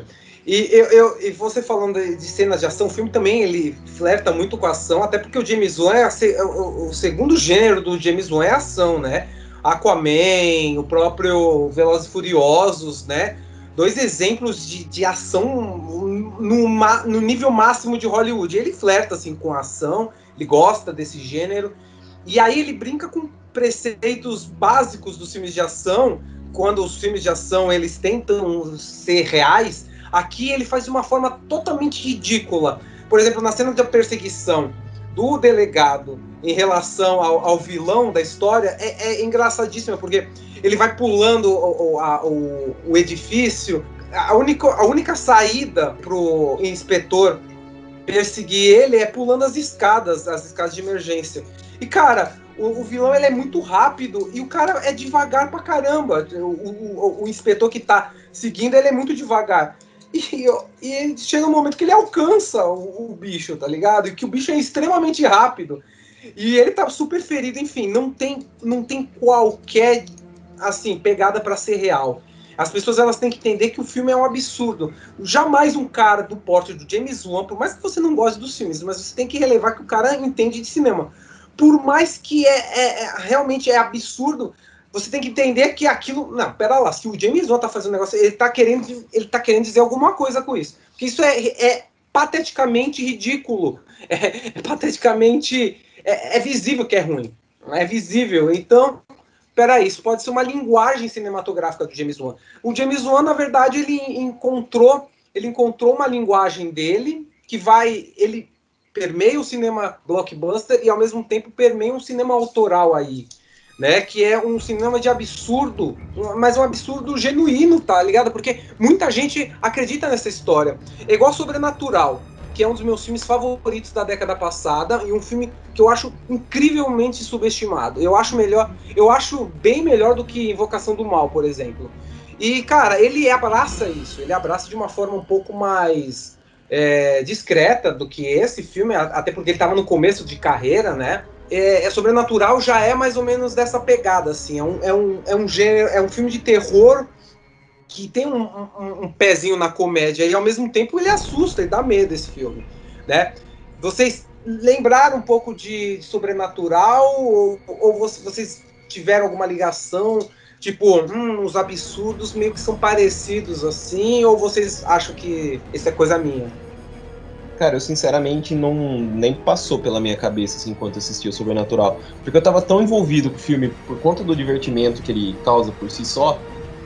E, eu, eu, e você falando de, de cenas de ação, o filme também ele flerta muito com a ação, até porque o James Wan, é a, o, o segundo gênero do James Wan é a ação, né? Aquaman, o próprio Velozes e Furiosos, né? Dois exemplos de, de ação no, no nível máximo de Hollywood. Ele flerta assim, com a ação, ele gosta desse gênero, e aí ele brinca com preceitos básicos dos filmes de ação, quando os filmes de ação eles tentam ser reais. Aqui ele faz de uma forma totalmente ridícula. Por exemplo, na cena de perseguição do delegado em relação ao, ao vilão da história, é, é engraçadíssima, porque ele vai pulando o, a, o, o edifício. A única, a única saída pro inspetor perseguir ele é pulando as escadas, as escadas de emergência. E, cara, o, o vilão ele é muito rápido e o cara é devagar pra caramba. O, o, o inspetor que tá seguindo, ele é muito devagar. E, e chega um momento que ele alcança o, o bicho, tá ligado? E que o bicho é extremamente rápido. E ele tá super ferido, enfim, não tem, não tem qualquer, assim, pegada pra ser real. As pessoas elas têm que entender que o filme é um absurdo. Jamais um cara do porte do James Wan, por mais que você não goste dos filmes, mas você tem que relevar que o cara entende de cinema. Por mais que é, é, é realmente é absurdo, você tem que entender que aquilo... Não, pera lá, se o James Wan tá fazendo um negócio, ele tá querendo, ele tá querendo dizer alguma coisa com isso. Porque isso é, é pateticamente ridículo. É, é pateticamente... É, é visível que é ruim. É visível. Então, peraí, isso pode ser uma linguagem cinematográfica do James Wan. O James Wan, na verdade, ele encontrou, ele encontrou uma linguagem dele que vai... Ele permeia o cinema blockbuster e, ao mesmo tempo, permeia um cinema autoral aí. Né, que é um cinema de absurdo, mas um absurdo genuíno, tá ligado? Porque muita gente acredita nessa história. É igual Sobrenatural, que é um dos meus filmes favoritos da década passada e um filme que eu acho incrivelmente subestimado. Eu acho melhor, eu acho bem melhor do que Invocação do Mal, por exemplo. E, cara, ele abraça isso, ele abraça de uma forma um pouco mais é, discreta do que esse filme, até porque ele estava no começo de carreira, né? É, é Sobrenatural já é mais ou menos dessa pegada, assim, é um, é um, é um gênero, é um filme de terror que tem um, um, um pezinho na comédia e ao mesmo tempo ele assusta e dá medo esse filme, né? Vocês lembraram um pouco de, de Sobrenatural ou, ou vocês tiveram alguma ligação, tipo, hum, os absurdos meio que são parecidos assim, ou vocês acham que isso é coisa minha? Cara, eu sinceramente não nem passou pela minha cabeça assim, enquanto assistia o Sobrenatural. Porque eu tava tão envolvido com o filme por conta do divertimento que ele causa por si só,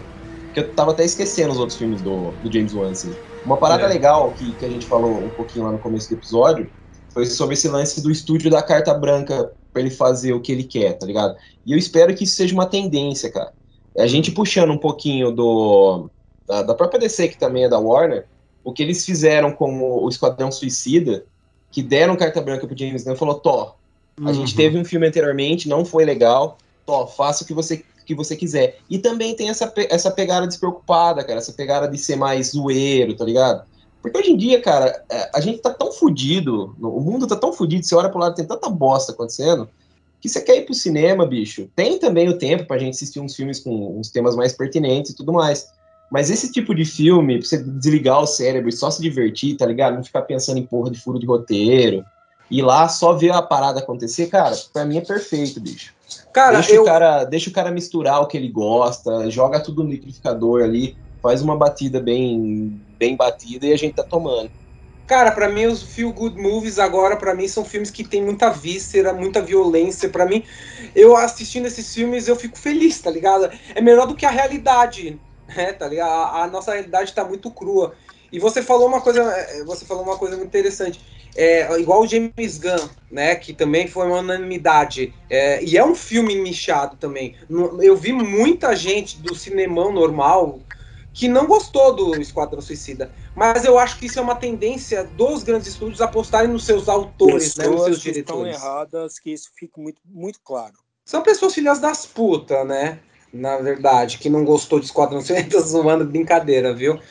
que eu tava até esquecendo os outros filmes do, do James Wan. Assim. Uma parada é. legal que, que a gente falou um pouquinho lá no começo do episódio foi sobre esse lance do estúdio da carta branca pra ele fazer o que ele quer, tá ligado? E eu espero que isso seja uma tendência, cara. A gente puxando um pouquinho do da, da própria D C, que também é da Warner, o que eles fizeram com o Esquadrão Suicida, que deram carta branca pro James Gunn, falou, Tó, a uhum. gente teve um filme anteriormente, não foi legal, Tó, faça o que você, que você quiser. E também tem essa, essa pegada despreocupada, cara, essa pegada de ser mais zoeiro, tá ligado? Porque hoje em dia, cara, a gente tá tão fudido, o mundo tá tão fudido, você olha pro lado, tem tanta bosta acontecendo, que você quer ir pro cinema, bicho. Tem também o tempo pra gente assistir uns filmes com uns temas mais pertinentes e tudo mais. Mas esse tipo de filme, pra você desligar o cérebro e só se divertir, tá ligado? Não ficar pensando em porra de furo de roteiro, ir lá só ver a parada acontecer, cara, pra mim é perfeito, bicho. Cara, deixa, eu... o cara, deixa o cara misturar o que ele gosta, joga tudo no liquidificador ali, faz uma batida bem, bem batida e a gente tá tomando. Cara, pra mim os feel good movies agora, pra mim, são filmes que tem muita víscera, muita violência. Pra mim, eu assistindo esses filmes, eu fico feliz, tá ligado? É melhor do que a realidade. É, tá ligado? A, a nossa realidade tá muito crua. E você falou uma coisa, você falou uma coisa muito interessante. É, igual o James Gunn, né? Que também foi uma unanimidade. É, e é um filme nichado também. Eu vi muita gente do cinemão normal que não gostou do Esquadrão Suicida. Mas eu acho que isso é uma tendência dos grandes estúdios apostarem nos seus autores, né, nos seus diretores. Estão erradas, que isso fica muito, muito claro. São pessoas filhas das putas, né? Na verdade, que não gostou de Esquadrão Suicida, tá zoando, brincadeira, viu?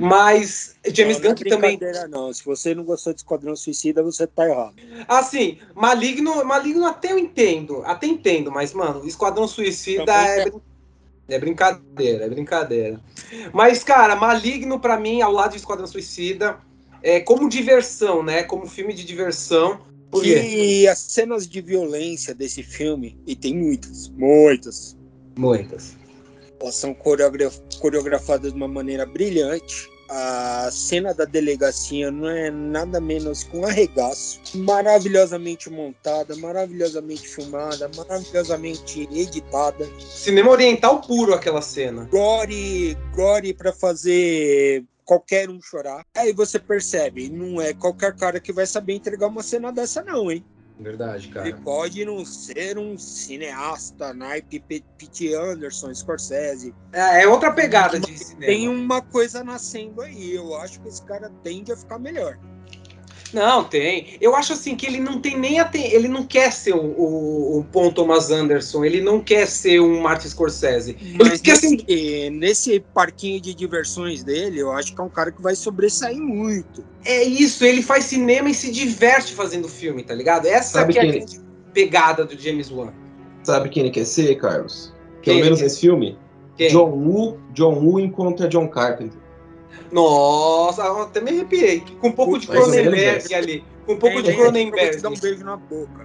Mas James Gunn que também... Brincadeira não, se você não gostou de Esquadrão Suicida, você tá errado. Assim, Maligno, Maligno até eu entendo, até entendo, mas, mano, Esquadrão Suicida também é... é... É brincadeira, é brincadeira. Mas, cara, Maligno, pra mim, ao lado de Esquadrão Suicida, é como diversão, né? Como filme de diversão. Por quê? E as cenas de violência desse filme, e tem muitas, muitas, Muitas. elas são coreograf coreografadas de uma maneira brilhante. A cena da delegacia não é nada menos que um arregaço. Maravilhosamente montada, maravilhosamente filmada, maravilhosamente editada. Cinema oriental puro aquela cena. Gore, gore pra fazer qualquer um chorar. Aí você percebe, não é qualquer cara que vai saber entregar uma cena dessa não, hein? Verdade, cara. Ele pode não ser um cineasta, naipe P. Anderson, Scorsese. É, é outra pegada de cinema. Tem uma coisa nascendo aí. Eu acho que esse cara tende a ficar melhor. Não, tem. Eu acho assim que ele não tem nem a te... ele não quer ser o, o, o Paul Thomas Anderson, ele não quer ser um Martin Scorsese. Mas ele quer nesse, ser... nesse parquinho de diversões dele, eu acho que é um cara que vai sobressair muito. É isso, ele faz cinema e se diverte fazendo filme, tá ligado? Essa Sabe que é a quem grande pegada do James Wan. Sabe quem ele quer ser, Carlos? Quem Pelo ele menos quer? nesse filme? Quem? John Woo, John Woo encontra John Carpenter. Nossa, eu até me arrepiei. Com um pouco de Mais ou menos, Cronenberg velho. ali. Com um pouco Tem de gente que vai te Cronenberg. dar um beijo na boca.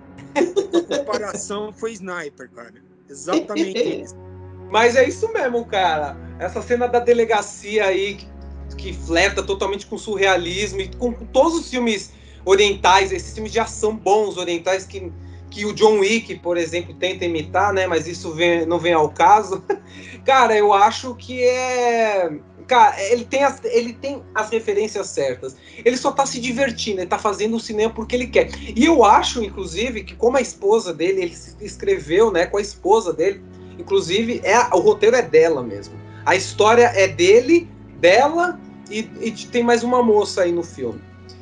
A comparação foi Sniper, cara. Exatamente isso. Mas é isso mesmo, cara. Essa cena da delegacia aí, que, que flerta totalmente com surrealismo e com, com todos os filmes orientais, esses filmes de ação bons orientais que, que o John Wick, por exemplo, tenta imitar, né? Mas isso vem, não vem ao caso. Cara, eu acho que é... Cara, ele tem, as, ele tem as referências certas. Ele só tá se divertindo, ele tá fazendo o cinema porque ele quer. E eu acho, inclusive, que como a esposa dele, ele escreveu, né, com a esposa dele, inclusive, é, o roteiro é dela mesmo. A história é dele, dela, e, e tem mais uma moça aí no filme.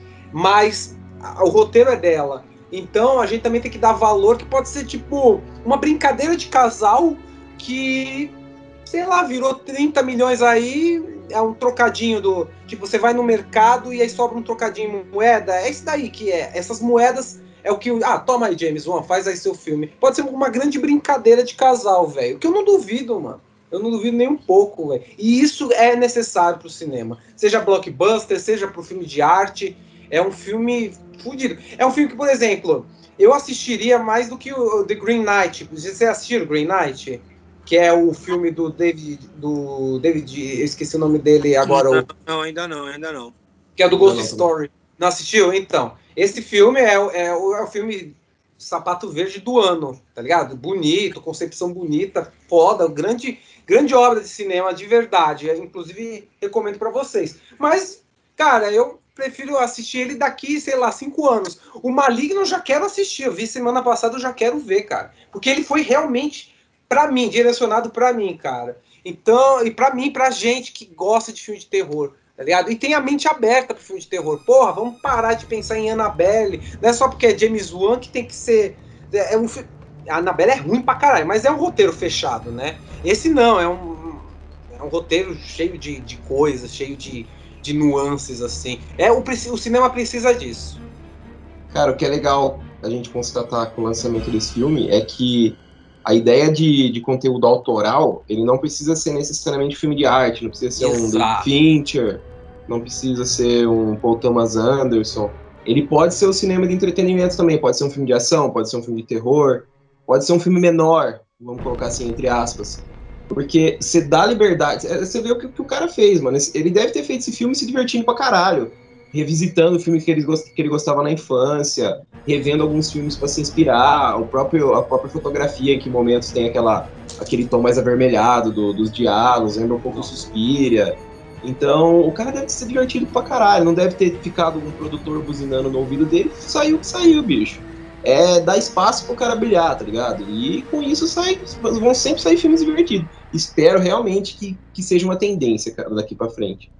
Mas a, o roteiro é dela. Então a gente também tem que dar valor, que pode ser tipo uma brincadeira de casal que... sei lá, virou trinta milhões aí, é um trocadinho do... Tipo, você vai no mercado e aí sobra um trocadinho em moeda. É isso daí que é. Essas moedas é o que... Ah, toma aí, James Wan, faz aí seu filme. Pode ser uma grande brincadeira de casal, velho. Que eu não duvido, mano. Eu não duvido nem um pouco, velho. E isso é necessário pro cinema. Seja blockbuster, seja pro filme de arte. É um filme fudido. É um filme que, por exemplo, eu assistiria mais do que o The Green Knight. Você assistiu o Green Knight? Que é o filme do David, do David, eu esqueci o nome dele agora. Não, o, não, ainda não, ainda não. que é do Ghost Não, não, Story. Não assistiu? Então, esse filme é, é, é, o, é o filme Sapato Verde do ano, tá ligado? Bonito, concepção bonita, foda, grande, grande obra de cinema de verdade. Eu, inclusive, recomendo pra vocês. Mas, cara, eu prefiro assistir ele daqui, sei lá, cinco anos. O Maligno eu já quero assistir. Eu vi semana passada, eu já quero ver, cara. Porque ele foi realmente... pra mim, direcionado pra mim, cara. Então, e pra mim, pra gente que gosta de filme de terror, tá ligado? E tem a mente aberta pro filme de terror. Porra, vamos parar de pensar em Annabelle. Não é só porque é James Wan que tem que ser... É um, a Annabelle é ruim pra caralho, mas é um roteiro fechado, né? Esse não, é um, é um roteiro cheio de, de coisas, cheio de, de nuances, assim. É, o, o cinema precisa disso. Cara, o que é legal a gente constatar com o lançamento desse filme é que a ideia de, de conteúdo autoral, ele não precisa ser necessariamente filme de arte, não precisa ser Exato. um David Fincher, não precisa ser um Paul Thomas Anderson. Ele pode ser o cinema de entretenimento também, pode ser um filme de ação, pode ser um filme de terror, pode ser um filme menor, vamos colocar assim, entre aspas. Porque você dá liberdade, você vê o que, que o cara fez, mano. Ele deve ter feito esse filme se divertindo pra caralho, revisitando o filme que ele, que ele gostava na infância, revendo alguns filmes para se inspirar, o próprio, a própria fotografia, em que momentos tem aquela, aquele tom mais avermelhado do, dos diálogos, lembra um pouco o Suspiria. Então, o cara deve ter se divertido pra caralho, não deve ter ficado um produtor buzinando no ouvido dele, saiu que saiu, bicho. É dar espaço pro cara brilhar, tá ligado? E com isso sai, vão sempre sair filmes divertidos. Espero realmente que, que seja uma tendência, cara, daqui pra frente.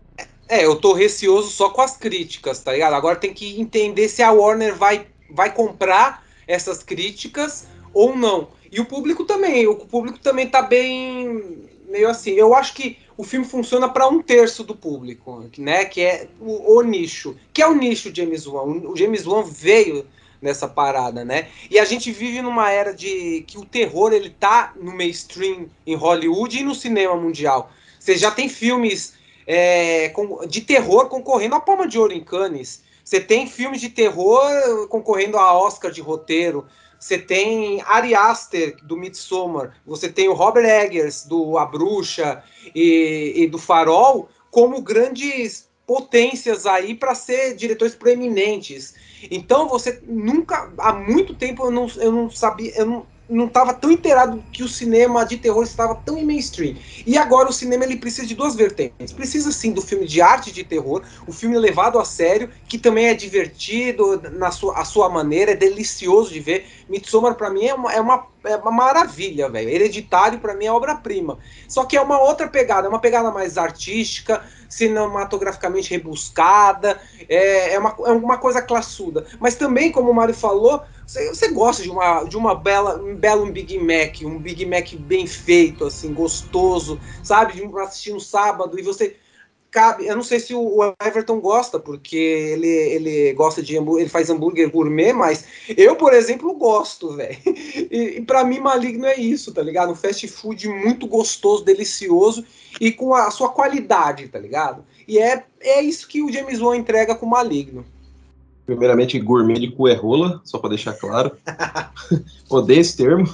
É, eu tô receoso só com as críticas, tá ligado? Agora tem que entender se a Warner vai, vai comprar essas críticas ou não. E o público também, o público também tá bem meio assim. Eu acho que o filme funciona para um terço do público, né? Que é o, o nicho, que é o nicho James Wan. O James Wan veio nessa parada, né? E a gente vive numa era de que o terror ele tá no mainstream em Hollywood e no cinema mundial. Você já tem filmes é, com, de terror concorrendo à Palma de Ouro em Cannes. Você tem filmes de terror concorrendo a Oscar de roteiro. Você tem Ari Aster, do Midsommar. Você tem o Robert Eggers, do A Bruxa e, e do Farol, como grandes potências aí para ser diretores proeminentes. Então você nunca, há muito tempo eu não, eu não sabia, eu não, não estava tão inteirado que o cinema de terror estava tão em mainstream. E agora o cinema ele precisa de duas vertentes. Precisa sim do filme de arte de terror, o filme levado a sério, que também é divertido na sua, a sua maneira, é delicioso de ver. Midsommar para mim é uma, é uma, é uma maravilha, velho. Hereditário para mim é obra-prima. Só que é uma outra pegada, é uma pegada mais artística, cinematograficamente rebuscada, é, é, uma, é uma coisa classuda. Mas também, como o Mário falou, você, você gosta de uma, de uma bela, um belo Big Mac, um Big Mac bem feito, assim, gostoso, sabe? De assistir no sábado e você... Cabe, eu não sei se o Everton gosta, porque ele, ele gosta de hambúrguer, ele faz hambúrguer gourmet, mas eu, por exemplo, gosto, velho. E, e pra mim, Maligno é isso, tá ligado? Um fast food muito gostoso, delicioso e com a sua qualidade, tá ligado? E é, é isso que o James Wan entrega com Maligno. Primeiramente, gourmet de cu é rola, só pra deixar claro. Odeio esse termo.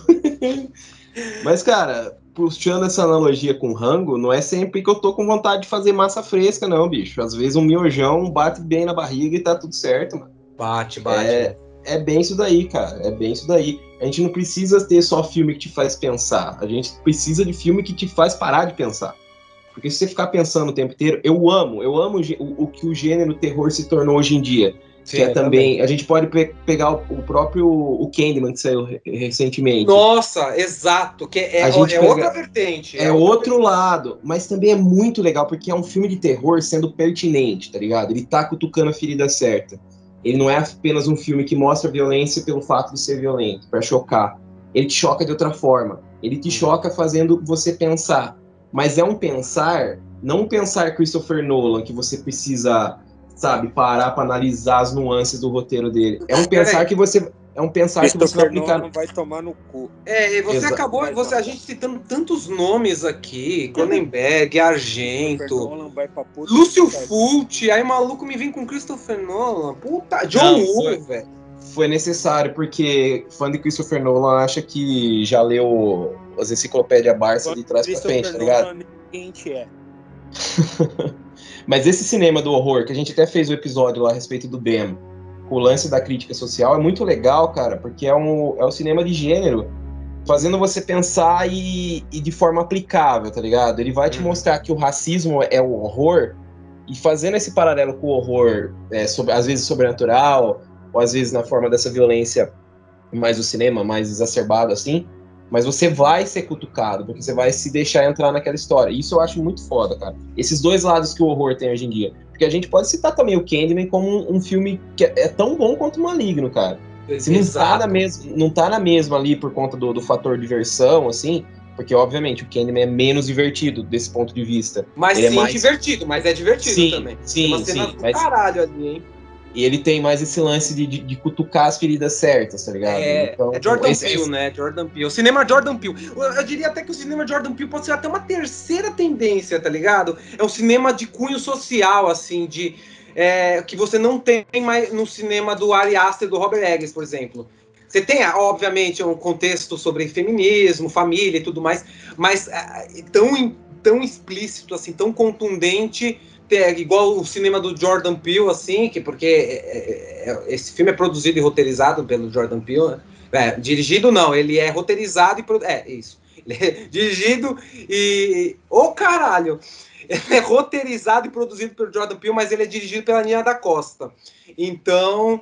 Mas, cara, puxando essa analogia com rango, não é sempre que eu tô com vontade de fazer massa fresca, não, bicho. Às vezes um miojão bate bem na barriga e tá tudo certo, mano. Bate, bate. É, é bem isso daí, cara. É bem isso daí. A gente não precisa ter só filme que te faz pensar. A gente precisa de filme que te faz parar de pensar. Porque se você ficar pensando o tempo inteiro... Eu amo, eu amo o, o que o gênero terror se tornou hoje em dia. Sim, que é também, também... A gente pode pe- pegar o, o próprio o Candyman, que saiu re- recentemente. Nossa, exato. Que é, é pega, outra vertente. É, é outro vertente. Lado. Mas também é muito legal, porque é um filme de terror sendo pertinente, tá ligado? Ele tá cutucando a ferida certa. Ele não é apenas um filme que mostra violência pelo fato de ser violento, pra chocar. Ele te choca de outra forma. Ele te choca fazendo você pensar. Mas é um pensar, não um pensar Christopher Nolan, que você precisa... sabe, parar para analisar as nuances do roteiro dele. É um pensar que você é um pensar que você vai aplicar. Não vai tomar no cu. É, você Exato. acabou, você a gente citando tantos nomes aqui, Cronenberg, Argento, Lúcio Fulci, aí maluco me vem com Christopher Nolan. Puta, John Woo, velho. Foi necessário porque fã de Christopher Nolan acha que já leu as enciclopédias Barça de trás para frente, tá ligado? Quente é. Mas esse cinema do horror, que a gente até fez o episódio lá a respeito do B E M, com o lance da crítica social, é muito legal, cara, porque é um, é um cinema de gênero, fazendo você pensar e, e de forma aplicável, tá ligado? Ele vai te uhum. mostrar que o racismo é o horror, e fazendo esse paralelo com o horror, é, sobre, às vezes sobrenatural, ou às vezes na forma dessa violência mais do cinema, mais exacerbado assim, mas você vai ser cutucado, porque você vai se deixar entrar naquela história. Isso eu acho muito foda, cara. Esses dois lados que o horror tem hoje em dia. Porque a gente pode citar também o Candyman como um, um filme que é, é tão bom quanto o Maligno, cara. Se não tá, na mes- não tá na mesma ali por conta do, do fator diversão, assim, porque obviamente o Candyman é menos divertido desse ponto de vista. Mas Ele sim, é mais divertido, mas é divertido sim, também. Sim, tem uma sim. cena do mas... caralho ali, hein? E ele tem mais esse lance de, de, de cutucar as feridas certas, tá ligado? É, então, é Jordan esse, Peele, esse... né? Jordan Peele. O cinema Jordan Peele. Eu, eu diria até que o cinema Jordan Peele pode ser até uma terceira tendência, tá ligado? É um cinema de cunho social, assim, de... É, que você não tem mais no cinema do Ari Aster e do Robert Eggers, por exemplo. Você tem, obviamente, um contexto sobre feminismo, família e tudo mais, mas é, tão, tão explícito, assim, tão contundente... igual o cinema do Jordan Peele, assim, que porque é, é, esse filme é produzido e roteirizado pelo Jordan Peele, né? É, dirigido não, ele é roteirizado e produ... é isso, ele é dirigido e ô oh, caralho, ele é roteirizado e produzido pelo Jordan Peele, mas ele é dirigido pela Nia da Costa. Então,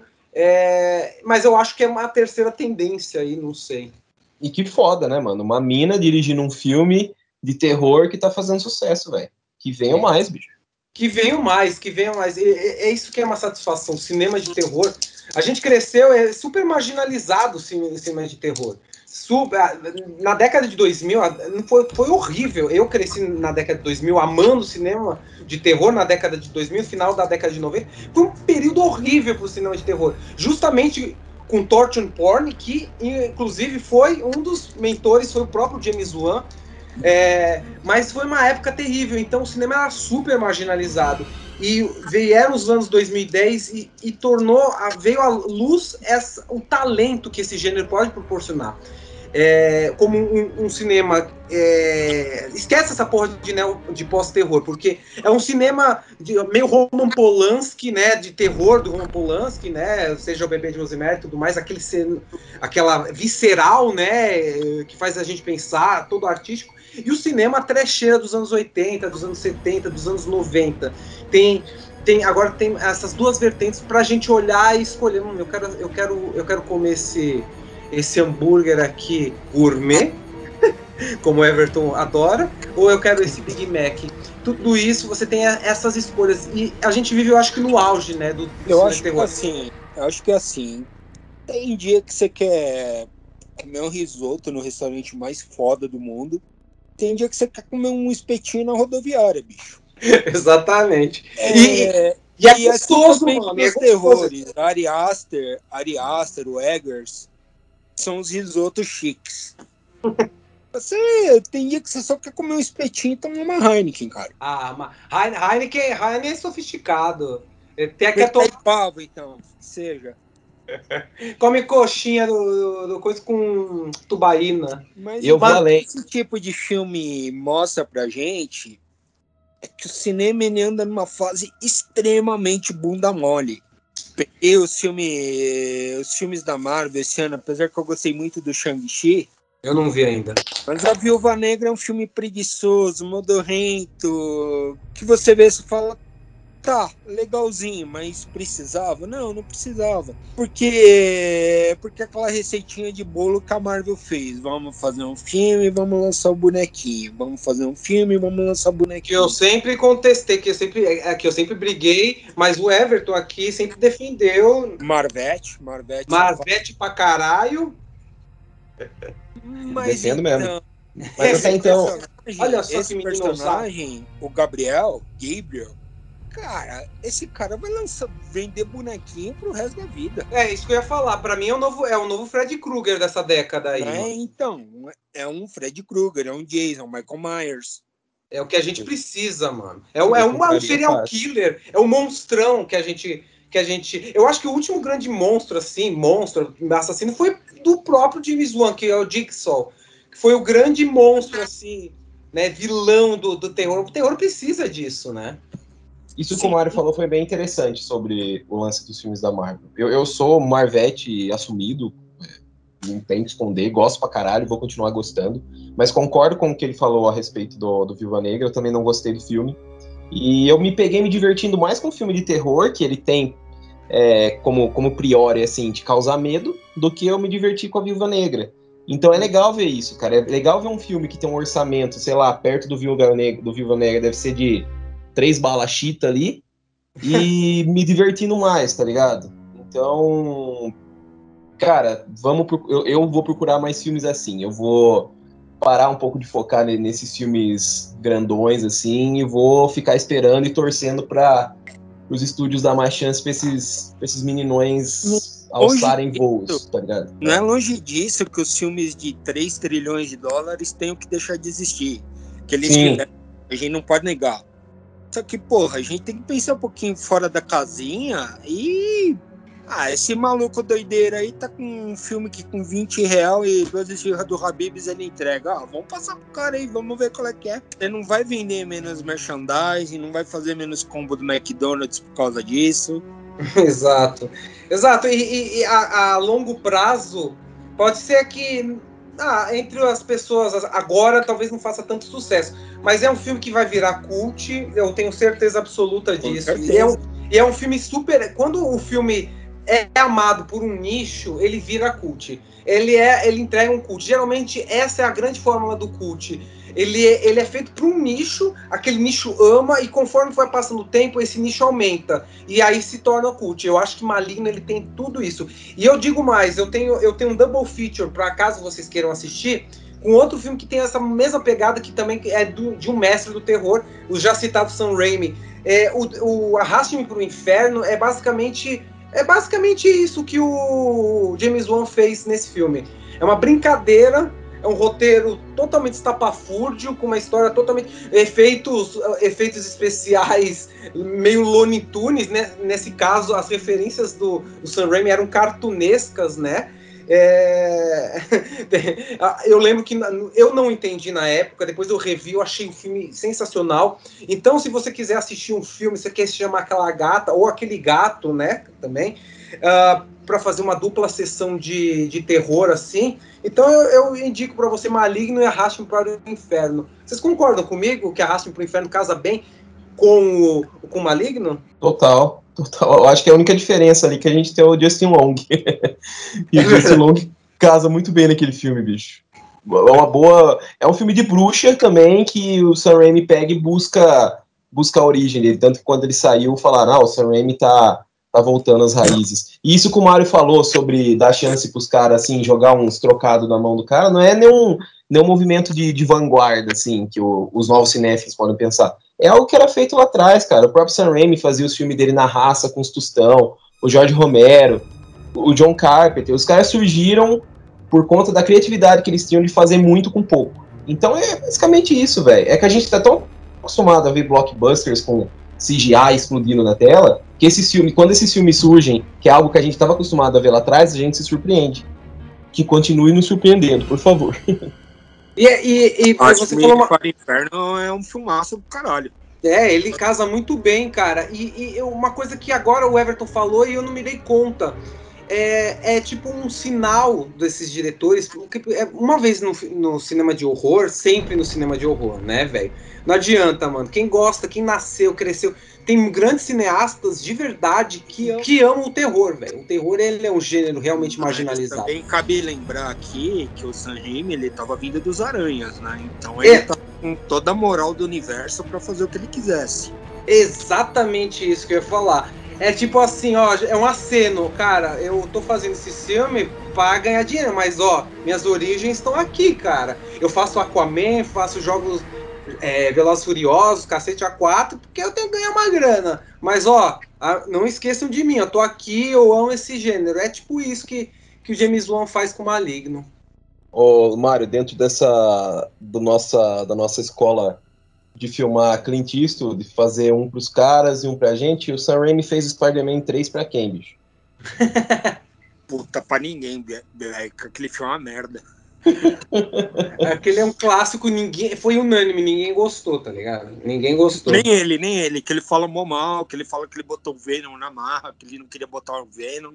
é... mas eu acho que é uma terceira tendência aí, não sei. E que foda, né, mano? Uma mina dirigindo um filme de terror que tá fazendo sucesso, velho. Que venham é. mais, bicho. Que venham mais, que venham mais. É, é isso que é uma satisfação. Cinema de terror. A gente cresceu, é super marginalizado o cinema de terror. Super, na década de dois mil, foi, foi horrível. Eu cresci na década de dois mil amando cinema de terror na década de dois mil, final da década de noventa. Foi um período horrível pro cinema de terror. Justamente com Torture Porn, que inclusive foi um dos mentores, foi o próprio James Wan. É, mas foi uma época terrível, então o cinema era super marginalizado. E vieram os anos dois mil e dez e, e tornou, a, veio à luz essa, o talento que esse gênero pode proporcionar. É, como um, um cinema... É, esquece essa porra de, né, de pós-terror, porque é um cinema de, meio Roman Polanski, né, de terror do Roman Polanski, né, seja o Bebê de Rosemary e tudo mais, aquele, aquela visceral, né, que faz a gente pensar, todo artístico. E o cinema trecheira dos anos oitenta, dos anos setenta, dos anos noventa. Tem, tem, agora tem essas duas vertentes pra gente olhar e escolher. Hum, eu, quero, eu, quero, eu quero comer esse, esse hambúrguer aqui gourmet, como o Everton adora, ou eu quero esse Big Mac. Tudo isso, você tem essas escolhas. E a gente vive, eu acho que no auge, né, do, do eu acho terror. Que assim, eu acho que assim, tem dia que você quer comer um risoto no restaurante mais foda do mundo. Tem dia que você quer comer um espetinho na rodoviária, bicho. Exatamente. É, e, e é e gostoso, assim, mano. Os é terrores, Ari Aster, Ari Aster, o Eggers, são os risotos chiques. Você tem dia que você só quer comer um espetinho e tomar uma Heineken, cara. Ah, mas Heineken, Heineken é sofisticado. Tem aqui a to... pavo, então, que seja. Come coxinha do, do, do coisa com tubaína. Mas eu vou além. Esse tipo de filme mostra pra gente é que o cinema ele anda numa fase extremamente bunda mole. E os, filme, os filmes da Marvel esse ano, apesar que eu gostei muito do Shang-Chi, eu não vi ainda. Mas a Viúva Negra é um filme preguiçoso, modorrento, que você vê e fala, tá, legalzinho, mas precisava? Não, não precisava. Porque, porque aquela receitinha de bolo que a Marvel fez. Vamos fazer um filme, vamos lançar o bonequinho. Vamos fazer um filme, vamos lançar o bonequinho. Que eu sempre contestei, que eu sempre, é, que eu sempre briguei, mas o Everton aqui sempre defendeu. Marvete, Marvete. Marvete pra caralho. Mas Defendo então, mesmo. Mas até então... Olha só esse que menino personagem, o Gabriel, Gabriel, cara, esse cara vai lançar, vender bonequinho pro resto da vida. É, isso que eu ia falar. Pra mim é o novo, é o novo Freddy Krueger dessa década aí. É, então, é um Freddy Krueger, é um Jason, Michael Myers. É o que a gente precisa, mano. É, um, é uma, um serial killer, é um monstrão que a gente... que a gente... Eu acho que o último grande monstro, assim, monstro, assassino, foi do próprio James Wan, que é o Jigsaw. Que foi o grande monstro, assim, né, vilão do, do terror. O terror precisa disso, né? Isso que o Mário falou foi bem interessante sobre o lance dos filmes da Marvel. Eu, eu sou Marvete assumido, não tento esconder, gosto pra caralho, vou continuar gostando, mas concordo com o que ele falou a respeito do, do Viúva Negra, eu também não gostei do filme. E eu me peguei me divertindo mais com o filme de terror, que ele tem é, como, como priori, assim, de causar medo, do que eu me diverti com a Viúva Negra. Então é legal ver isso, cara. É legal ver um filme que tem um orçamento, sei lá, perto do Viúva Negra, do Viúva Negra deve ser de três balas chita ali, e me divertindo mais, tá ligado? Então, cara, vamos pro, eu, eu vou procurar mais filmes assim. Eu vou parar um pouco de focar nesses filmes grandões, assim, e vou ficar esperando e torcendo para os estúdios dar mais chance para esses, pra esses meninões alçarem voos, tá ligado? Não é longe disso que os filmes de três trilhões de dólares tenham que deixar de existir. Que eles quiserem, a gente não pode negar. Só que, porra, a gente tem que pensar um pouquinho fora da casinha e... Ah, esse maluco doideiro aí tá com um filme que com vinte reais e duas esfirras do Habib's ele entrega. Ah, vamos passar pro cara aí, vamos ver qual é que é. Ele não vai vender menos merchandising, não vai fazer menos combo do McDonald's por causa disso. Exato. Exato. E, e, e a, a longo prazo, pode ser que ah, entre as pessoas agora talvez não faça tanto sucesso. Mas é um filme que vai virar cult, eu tenho certeza absoluta disso. Certeza. E, é um, e é um filme super... Quando o filme é amado por um nicho, ele vira cult. Ele, é, ele entrega um cult. Geralmente, essa é a grande fórmula do cult. Ele é, ele é feito para um nicho, aquele nicho ama, e conforme vai passando o tempo, esse nicho aumenta. E aí se torna cult. Eu acho que Maligno, ele tem tudo isso. E eu digo mais, eu tenho, eu tenho um double feature, para caso vocês queiram assistir, com outro filme que tem essa mesma pegada, que também é do, de um mestre do terror, o já citado Sam Raimi. É, o o Arraste-me para o Inferno é basicamente... É basicamente isso que o James Wan fez nesse filme. É uma brincadeira, é um roteiro totalmente estapafúrdio, com uma história totalmente... Efeitos, efeitos especiais meio Looney Tunes, né? Nesse caso, as referências do, do Sam Raimi eram cartunescas, né? É... eu lembro que eu não entendi na época, depois eu revi, eu achei o filme sensacional. Então, se você quiser assistir um filme, você quer chamar aquela gata, ou aquele gato, né, também, uh, para fazer uma dupla sessão de, de terror, assim, então eu, eu indico para você Maligno e Arraste-me para o Inferno. Vocês concordam comigo que Arraste-me para o Inferno casa bem com o com Maligno? Total, total. Eu acho que a única diferença ali é que a gente tem o Justin Long. E o Justin Long casa muito bem naquele filme, bicho. É uma boa... É um filme de bruxa também, que o Sam Raimi pega e busca, busca a origem dele. Tanto que quando ele saiu, falaram, ah, o Sam Raimi tá, tá voltando às raízes. E isso que o Mário falou sobre dar chance pros caras, assim, jogar uns trocados na mão do cara, não é nenhum, nenhum movimento de, de vanguarda, assim, que o, os novos cinéfilos podem pensar. É algo que era feito lá atrás, cara. O próprio Sam Raimi fazia os filmes dele na raça, com os tostão, o Jorge Romero, o John Carpenter. Os caras surgiram por conta da criatividade que eles tinham de fazer muito com pouco. Então é basicamente isso, velho. É que a gente tá tão acostumado a ver blockbusters com C G I explodindo na tela, que esses filmes, quando esses filmes surgem, que é algo que a gente estava acostumado a ver lá atrás, a gente se surpreende. Que continue nos surpreendendo, por favor. E, e, e Acho você que falou uma... para o Inferno é um filmaço do caralho. É, ele casa muito bem, cara. E, e uma coisa que agora o Everton falou e eu não me dei conta. É, é tipo um sinal desses diretores. Porque uma vez no, no cinema de horror, sempre no cinema de horror, né, velho? Não adianta, mano. Quem gosta, quem nasceu, cresceu. Tem grandes cineastas de verdade que, que amam o terror, velho. O terror, ele é um gênero realmente marginalizado. Também cabe lembrar aqui que o Sam Raimi, ele tava vindo dos Aranhas, né? Então ele é. tá com toda a moral do universo pra fazer o que ele quisesse. Exatamente isso que eu ia falar. É tipo assim, ó, é um aceno, cara, eu tô fazendo esse filme pra ganhar dinheiro, mas ó, minhas origens estão aqui, cara. Eu faço Aquaman, faço jogos é, Velozes Furiosos, Cacete A quatro, porque eu tenho que ganhar uma grana. Mas ó, não esqueçam de mim, eu tô aqui, eu amo esse gênero. É tipo isso que, que o James Wan faz com Maligno. Ô, Mário, dentro dessa do nossa, da nossa escola de filmar Clint Eastwood, de fazer um pros caras e um pra gente, o Sam Raimi fez Spider-Man três pra quem, bicho? Puta, pra ninguém, velho. Aquele filme é uma merda. Aquele é um clássico, ninguém foi unânime, ninguém gostou, tá ligado? Ninguém gostou. Nem ele, nem ele, que ele fala mó mal, que ele fala que ele botou o Venom na marra, que ele não queria botar o Venom.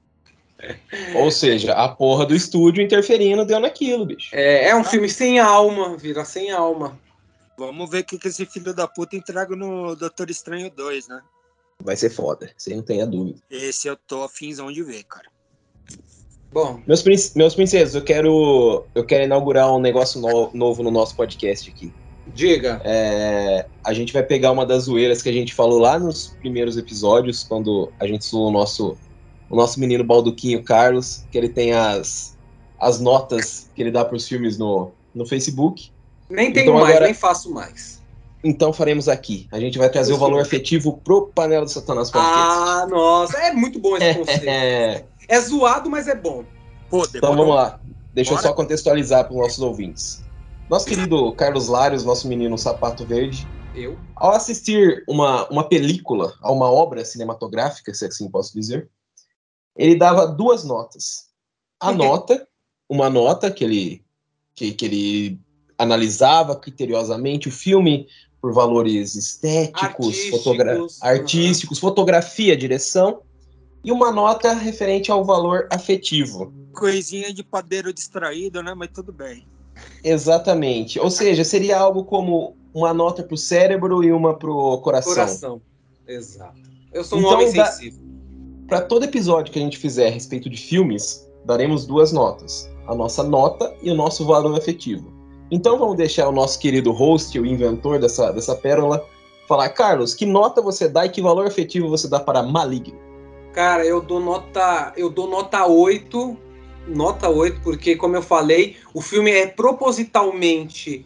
Ou seja, a porra do estúdio interferindo deu naquilo, bicho. É, é um filme sem alma, vira sem alma. Vamos ver o que, que esse filho da puta entrega no Doutor Estranho dois, né? Vai ser foda, sem não tenha dúvida. Esse eu tô afinzão de ver, cara. Bom. Meus, princ- meus princesos, eu quero, eu quero inaugurar um negócio no- novo no nosso podcast aqui. Diga. É, a gente vai pegar uma das zoeiras que a gente falou lá nos primeiros episódios, quando a gente zoou o nosso, o nosso menino Balduquinho Carlos, que ele tem as, as notas que ele dá pros filmes no, no Facebook. Nem tenho então, mais, agora, nem faço mais. Então faremos aqui. A gente vai trazer o valor afetivo pro Panela do Satanás Podcast. Ah, nossa, é muito bom esse conceito. é. é zoado, mas é bom. Pô, então vamos lá. Deixa Bora. eu só contextualizar para os nossos ouvintes. Nosso querido Carlos Lários, nosso menino Sapato Verde, eu, ao assistir uma, uma película, a uma obra cinematográfica, se assim posso dizer, ele dava duas notas. A nota, uma nota que ele, que, que ele analisava criteriosamente o filme por valores estéticos, artísticos, fotogra- artísticos uhum. fotografia, direção, e uma nota referente ao valor afetivo. Coisinha de padeiro distraído, né? Mas tudo bem. Exatamente. Ou seja, seria algo como uma nota pro cérebro e uma pro coração. Coração. Exato. Eu sou um então, homem sensível. Para todo episódio que a gente fizer a respeito de filmes, daremos duas notas. A nossa nota e o nosso valor afetivo. Então vamos deixar o nosso querido host, o inventor dessa, dessa pérola, falar, Carlos, que nota você dá e que valor afetivo você dá para Maligno? Cara, eu dou nota, eu dou nota oito, nota oito, porque, como eu falei, o filme é propositalmente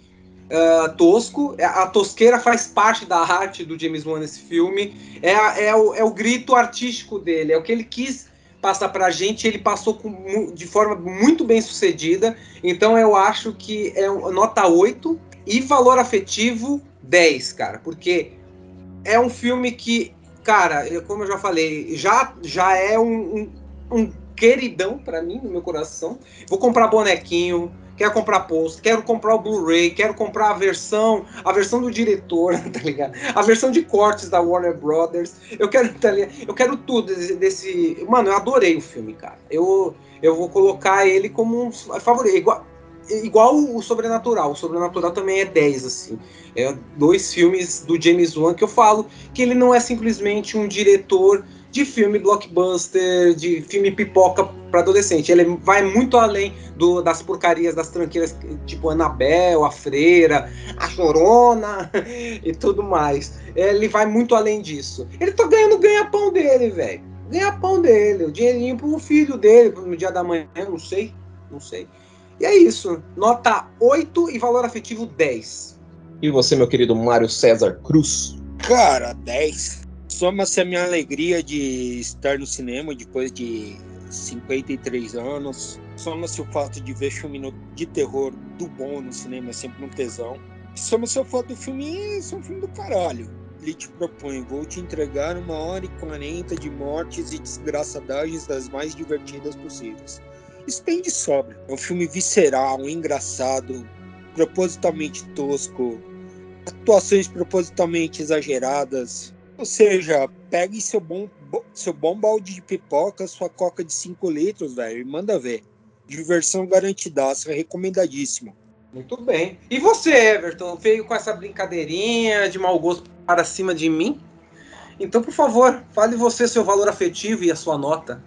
uh, tosco. A tosqueira faz parte da arte do James Wan nesse filme. É, é, o, é o grito artístico dele, é o que ele quis passar pra gente, ele passou com, de forma muito bem sucedida. Então eu acho que é nota oito e valor afetivo dez, cara, porque é um filme que, cara, como eu já falei, já, já é um, um, um queridão pra mim, no meu coração. Vou comprar bonequinho, quero comprar post, quero comprar o Blu-ray, quero comprar a versão, a versão do diretor, tá ligado? A versão de cortes da Warner Brothers. Eu quero, tá ligado? Eu quero tudo desse, desse... Mano, eu adorei o filme, cara. Eu, eu vou colocar ele como um favorito. Igual, igual o Sobrenatural. O Sobrenatural também é dez, assim. É dois filmes do James Wan que eu falo que ele não é simplesmente um diretor de filme blockbuster, de filme pipoca para adolescente. Ele vai muito além do, das porcarias, das tranqueiras, tipo Annabelle, a Freira, a Chorona e tudo mais. Ele vai muito além disso. Ele tá ganhando o ganha-pão dele, velho. Ganha-pão dele, o dinheirinho pro filho dele, no dia da manhã, não sei, não sei. E é isso, nota oito e valor afetivo dez. E você, meu querido Mário César Cruz? Cara, dez. Soma-se a minha alegria de estar no cinema depois de cinquenta e três anos. Soma-se o fato de ver filme de terror do bom no cinema, é sempre um tesão. Soma-se o fato do filme ser um filme do caralho. Ele te propõe, vou te entregar uma hora e quarenta de mortes e desgraçadagens das mais divertidas possíveis. Isso tem de sobra. É um filme visceral, engraçado, propositalmente tosco, atuações propositalmente exageradas. Ou seja, pegue seu bom, seu bom balde de pipoca, sua coca de cinco litros, velho, e manda ver. Diversão garantidaça, recomendadíssimo. Muito bem. E você, Everton, veio com essa brincadeirinha de mau gosto para cima de mim? Então, por favor, fale você seu valor afetivo e a sua nota.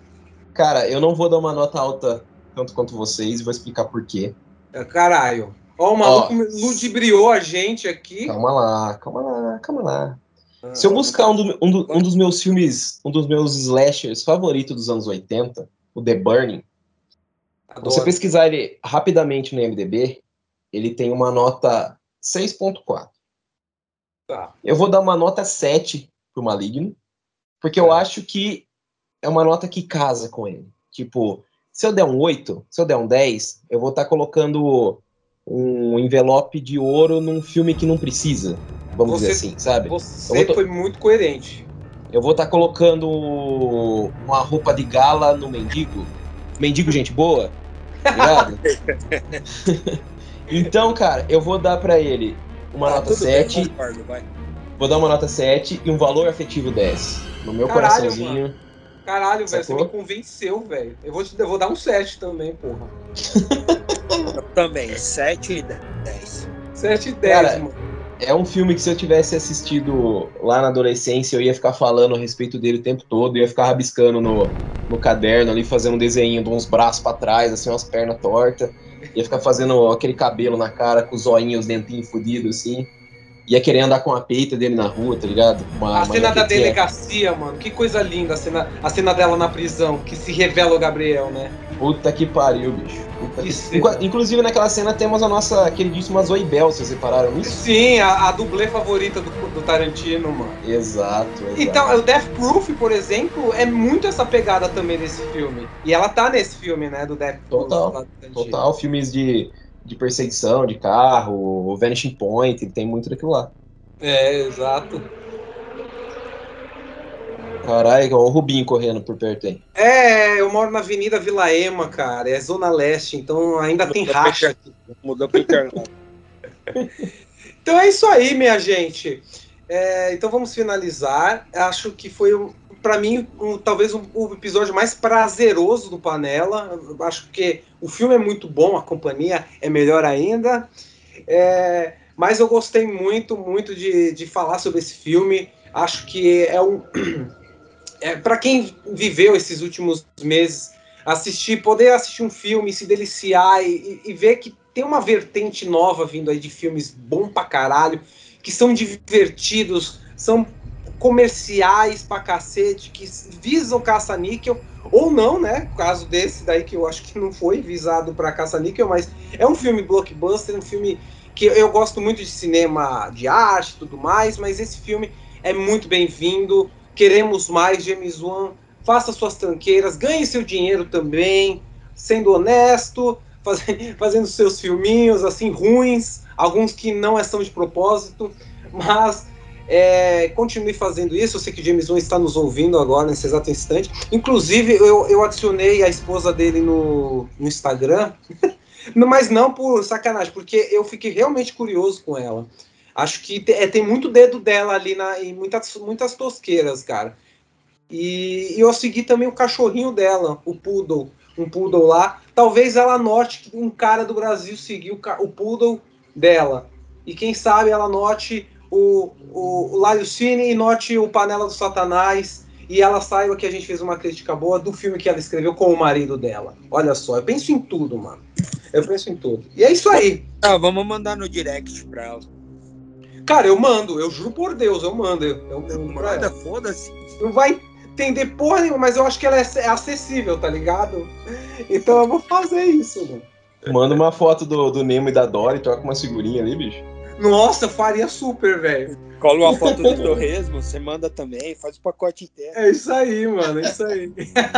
Cara, eu não vou dar uma nota alta tanto quanto vocês e vou explicar por quê. Caralho. Ó, o maluco ludibriou a gente aqui. Calma lá, calma lá, calma lá. Se eu buscar um, do, um, do, um dos meus filmes, um dos meus slashers favoritos dos anos oitenta, o The Burning, Adoro. Você pesquisar ele rapidamente no I M D B, ele tem uma nota seis ponto quatro. Tá. Eu vou dar uma nota sete pro Maligno, porque é. eu acho que é uma nota que casa com ele. Tipo, se eu der um oito, se eu der um dez, eu vou estar tá colocando um envelope de ouro num filme que não precisa. Vamos você, dizer assim, sabe? Você tô... foi muito coerente. Eu vou estar tá colocando uma roupa de gala no mendigo. Mendigo, gente boa, ligado? Então, cara, eu vou dar pra ele uma ah, nota sete. Bem, concordo, vai. Vou dar uma nota sete e um valor afetivo dez. No meu Caralho, coraçãozinho. Mano. Caralho, velho, você me convenceu, velho. Eu vou, te, eu vou dar um sete também, porra. Eu também, sete e dez. sete e dez, cara, mano. É um filme que se eu tivesse assistido lá na adolescência, eu ia ficar falando a respeito dele o tempo todo, eu ia ficar rabiscando no, no caderno ali, fazendo um desenho de uns braços pra trás, assim, umas pernas tortas, ia ficar fazendo aquele cabelo na cara, com os zoinhos, os dentinhos fudidos, assim, ia querer andar com a peita dele na rua, tá ligado? Uma, a cena da delegacia, mano, que coisa linda, a cena, a cena dela na prisão, que se revela o Gabriel, né? Puta que pariu, bicho. Puta que... Inclusive naquela cena temos a nossa queridíssima Zoe Bell, vocês repararam nisso? Sim, a, a dublê favorita do, do Tarantino, mano. Exato, exato. Então, o Death Proof, por exemplo, é muito essa pegada também desse filme. E ela tá nesse filme, né, do Death Proof. Total, total. Filmes de, de perseguição, de carro, o Vanishing Point, ele tem muito daquilo lá. É, exato. Caralho, olha o Rubinho correndo por perto aí. É, eu moro na Avenida Vila Ema, cara. É Zona Leste, então ainda Mudou tem racha aqui. Mudou pra internet. Então é isso aí, minha gente. É, então vamos finalizar. Acho que foi, pra mim, um, talvez um, o episódio mais prazeroso do Panela. Acho que o filme é muito bom, a companhia é melhor ainda. É, mas eu gostei muito, muito de, de falar sobre esse filme. Acho que é um... É, para quem viveu esses últimos meses, assistir, poder assistir um filme, se deliciar e, e ver que tem uma vertente nova vindo aí de filmes bom pra caralho, que são divertidos, são comerciais pra cacete, que visam caça-níquel, ou não, né? Caso desse daí que eu acho que não foi visado pra caça-níquel, mas é um filme blockbuster, um filme que eu gosto muito de cinema de arte e tudo mais, mas esse filme é muito bem-vindo. Queremos mais, James Wan. Faça suas tranqueiras, ganhe seu dinheiro também, sendo honesto, faz, fazendo seus filminhos assim ruins, alguns que não são de propósito, mas é, continue fazendo isso. Eu sei que o James Wan está nos ouvindo agora, nesse exato instante. Inclusive, eu, eu adicionei a esposa dele no, no Instagram, mas não por sacanagem, porque eu fiquei realmente curioso com ela. Acho que te, é, tem muito dedo dela ali na, em muitas, muitas tosqueiras, cara. E, e eu segui também o cachorrinho dela, o Poodle, um Poodle lá. Talvez ela note que um cara do Brasil seguiu o, o Poodle dela. E quem sabe ela note o, o, o Lário Cine e note o Panela do Satanás. E ela saiba que a gente fez uma crítica boa do filme que ela escreveu com o marido dela. Olha só, eu penso em tudo, mano. Eu penso em tudo. E é isso aí. Ah, vamos mandar no direct pra ela. Cara, eu mando, eu juro por Deus, eu mando. Eu, eu mando pra Manda, ela. foda-se. Não vai entender porra nenhuma, mas eu acho que ela é acessível, tá ligado? Então eu vou fazer isso, mano. Manda uma foto do, do Nemo e da Dory, troca uma figurinha ali, bicho. Nossa, faria super, velho. Cola uma foto do Torresmo, você manda também, faz o pacote inteiro. É isso aí, mano, é isso aí.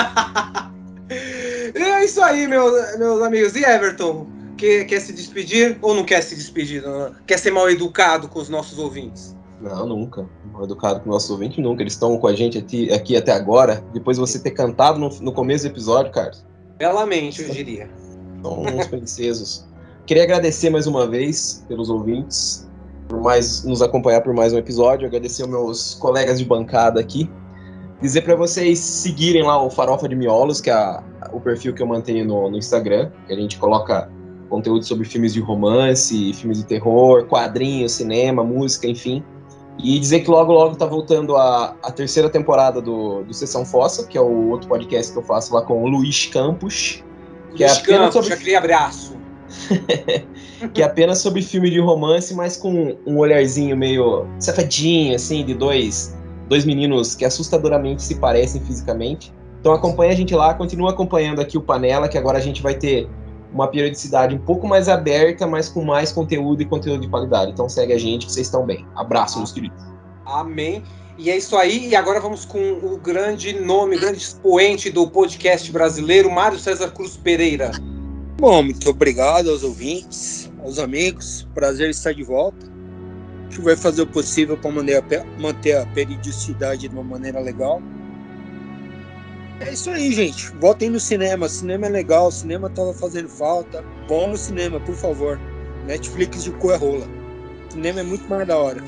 É isso aí, meus, meus amigos. E Everton, quer, quer se despedir ou não quer se despedir? Não? Quer ser mal educado com os nossos ouvintes? Não, nunca. Mal educado com nossos ouvintes, nunca. Eles estão com a gente aqui, aqui até agora, depois de você ter cantado no, no começo do episódio, Carlos. Belamente, eu diria. São uns princesos. Queria agradecer mais uma vez pelos ouvintes, por mais nos acompanhar por mais um episódio, agradecer aos meus colegas de bancada aqui, dizer para vocês seguirem lá o Farofa de Miolos, que é a, o perfil que eu mantenho no, no Instagram, que a gente coloca conteúdo sobre filmes de romance, filmes de terror, quadrinhos, cinema, música, enfim. E dizer que logo, logo tá voltando a, a terceira temporada do, do Sessão Fossa, que é o outro podcast que eu faço lá com o Luiz Campos. Que Luiz é apenas Campos, sobre... aquele abraço. que é apenas sobre filme de romance, mas com um olharzinho meio safadinho, assim, de dois, dois meninos que assustadoramente se parecem fisicamente. Então acompanha a gente lá, continua acompanhando aqui o Panela, que agora a gente vai ter uma periodicidade um pouco mais aberta, mas com mais conteúdo e conteúdo de qualidade. Então segue a gente, que vocês estão bem. Abraço, meus queridos. Amém. E é isso aí. E agora vamos com o grande nome, o grande expoente do podcast brasileiro, Mário César Cruz Pereira. Bom, muito obrigado aos ouvintes, aos amigos. Prazer estar de volta. A gente vai fazer o possível para manter a periodicidade de uma maneira legal. É isso aí, gente. Voltem no cinema. Cinema é legal. Cinema tava fazendo falta. Vão no cinema, por favor. Netflix de cu é rola. Cinema é muito mais da hora.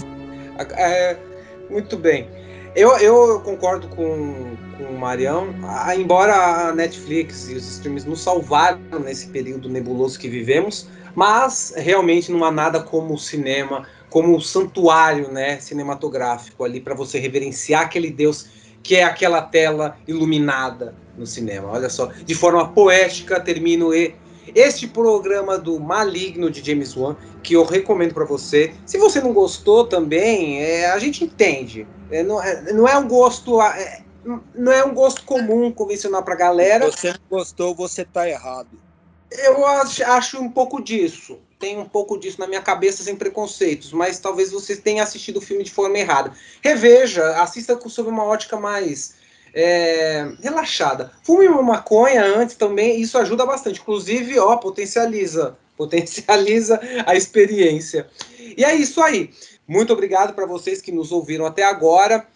É, muito bem. Eu, eu concordo com, com o Marião. Ah, embora a Netflix e os streams nos salvaram nesse período nebuloso que vivemos, mas realmente não há nada como o cinema, como o santuário, né, cinematográfico ali para você reverenciar aquele Deus que é aquela tela iluminada no cinema. Olha só, de forma poética termino este programa do Maligno de James Wan, que eu recomendo para você. Se você não gostou também, é, a gente entende. É, não, é, não é um gosto, é, não é um gosto comum, convencional para galera. Se você não gostou, você tá errado. Eu acho, acho um pouco disso. Tem um pouco disso na minha cabeça, sem preconceitos, mas talvez você tenha assistido o filme de forma errada. Reveja, assista sob uma ótica mais é, relaxada. Fume uma maconha antes também, isso ajuda bastante. Inclusive, ó, potencializa, potencializa a experiência. E é isso aí. Muito obrigado para vocês que nos ouviram até agora.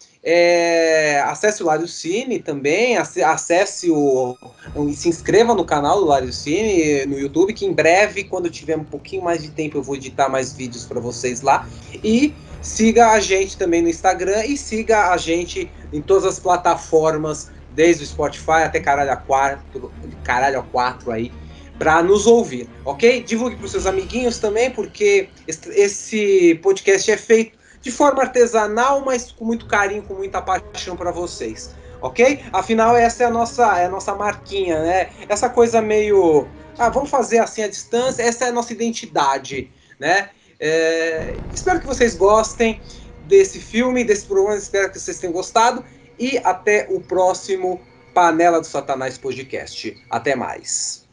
É, acesse o Lário Cine também, acesse o, o se inscreva no canal do Lário Cine no YouTube, que em breve, quando tiver um pouquinho mais de tempo, eu vou editar mais vídeos para vocês lá. E siga a gente também no Instagram e siga a gente em todas as plataformas, desde o Spotify até Caralho a quatro, Caralho a quatro aí, para nos ouvir, ok? Divulgue para os seus amiguinhos também, porque esse podcast é feito de forma artesanal, mas com muito carinho, com muita paixão para vocês, ok? Afinal, essa é a nossa, é a nossa marquinha, né? Essa coisa meio, ah, vamos fazer assim à distância, essa é a nossa identidade, né? É, espero que vocês gostem desse filme, desse programa, espero que vocês tenham gostado e até o próximo Panela do Satanás Podcast. Até mais.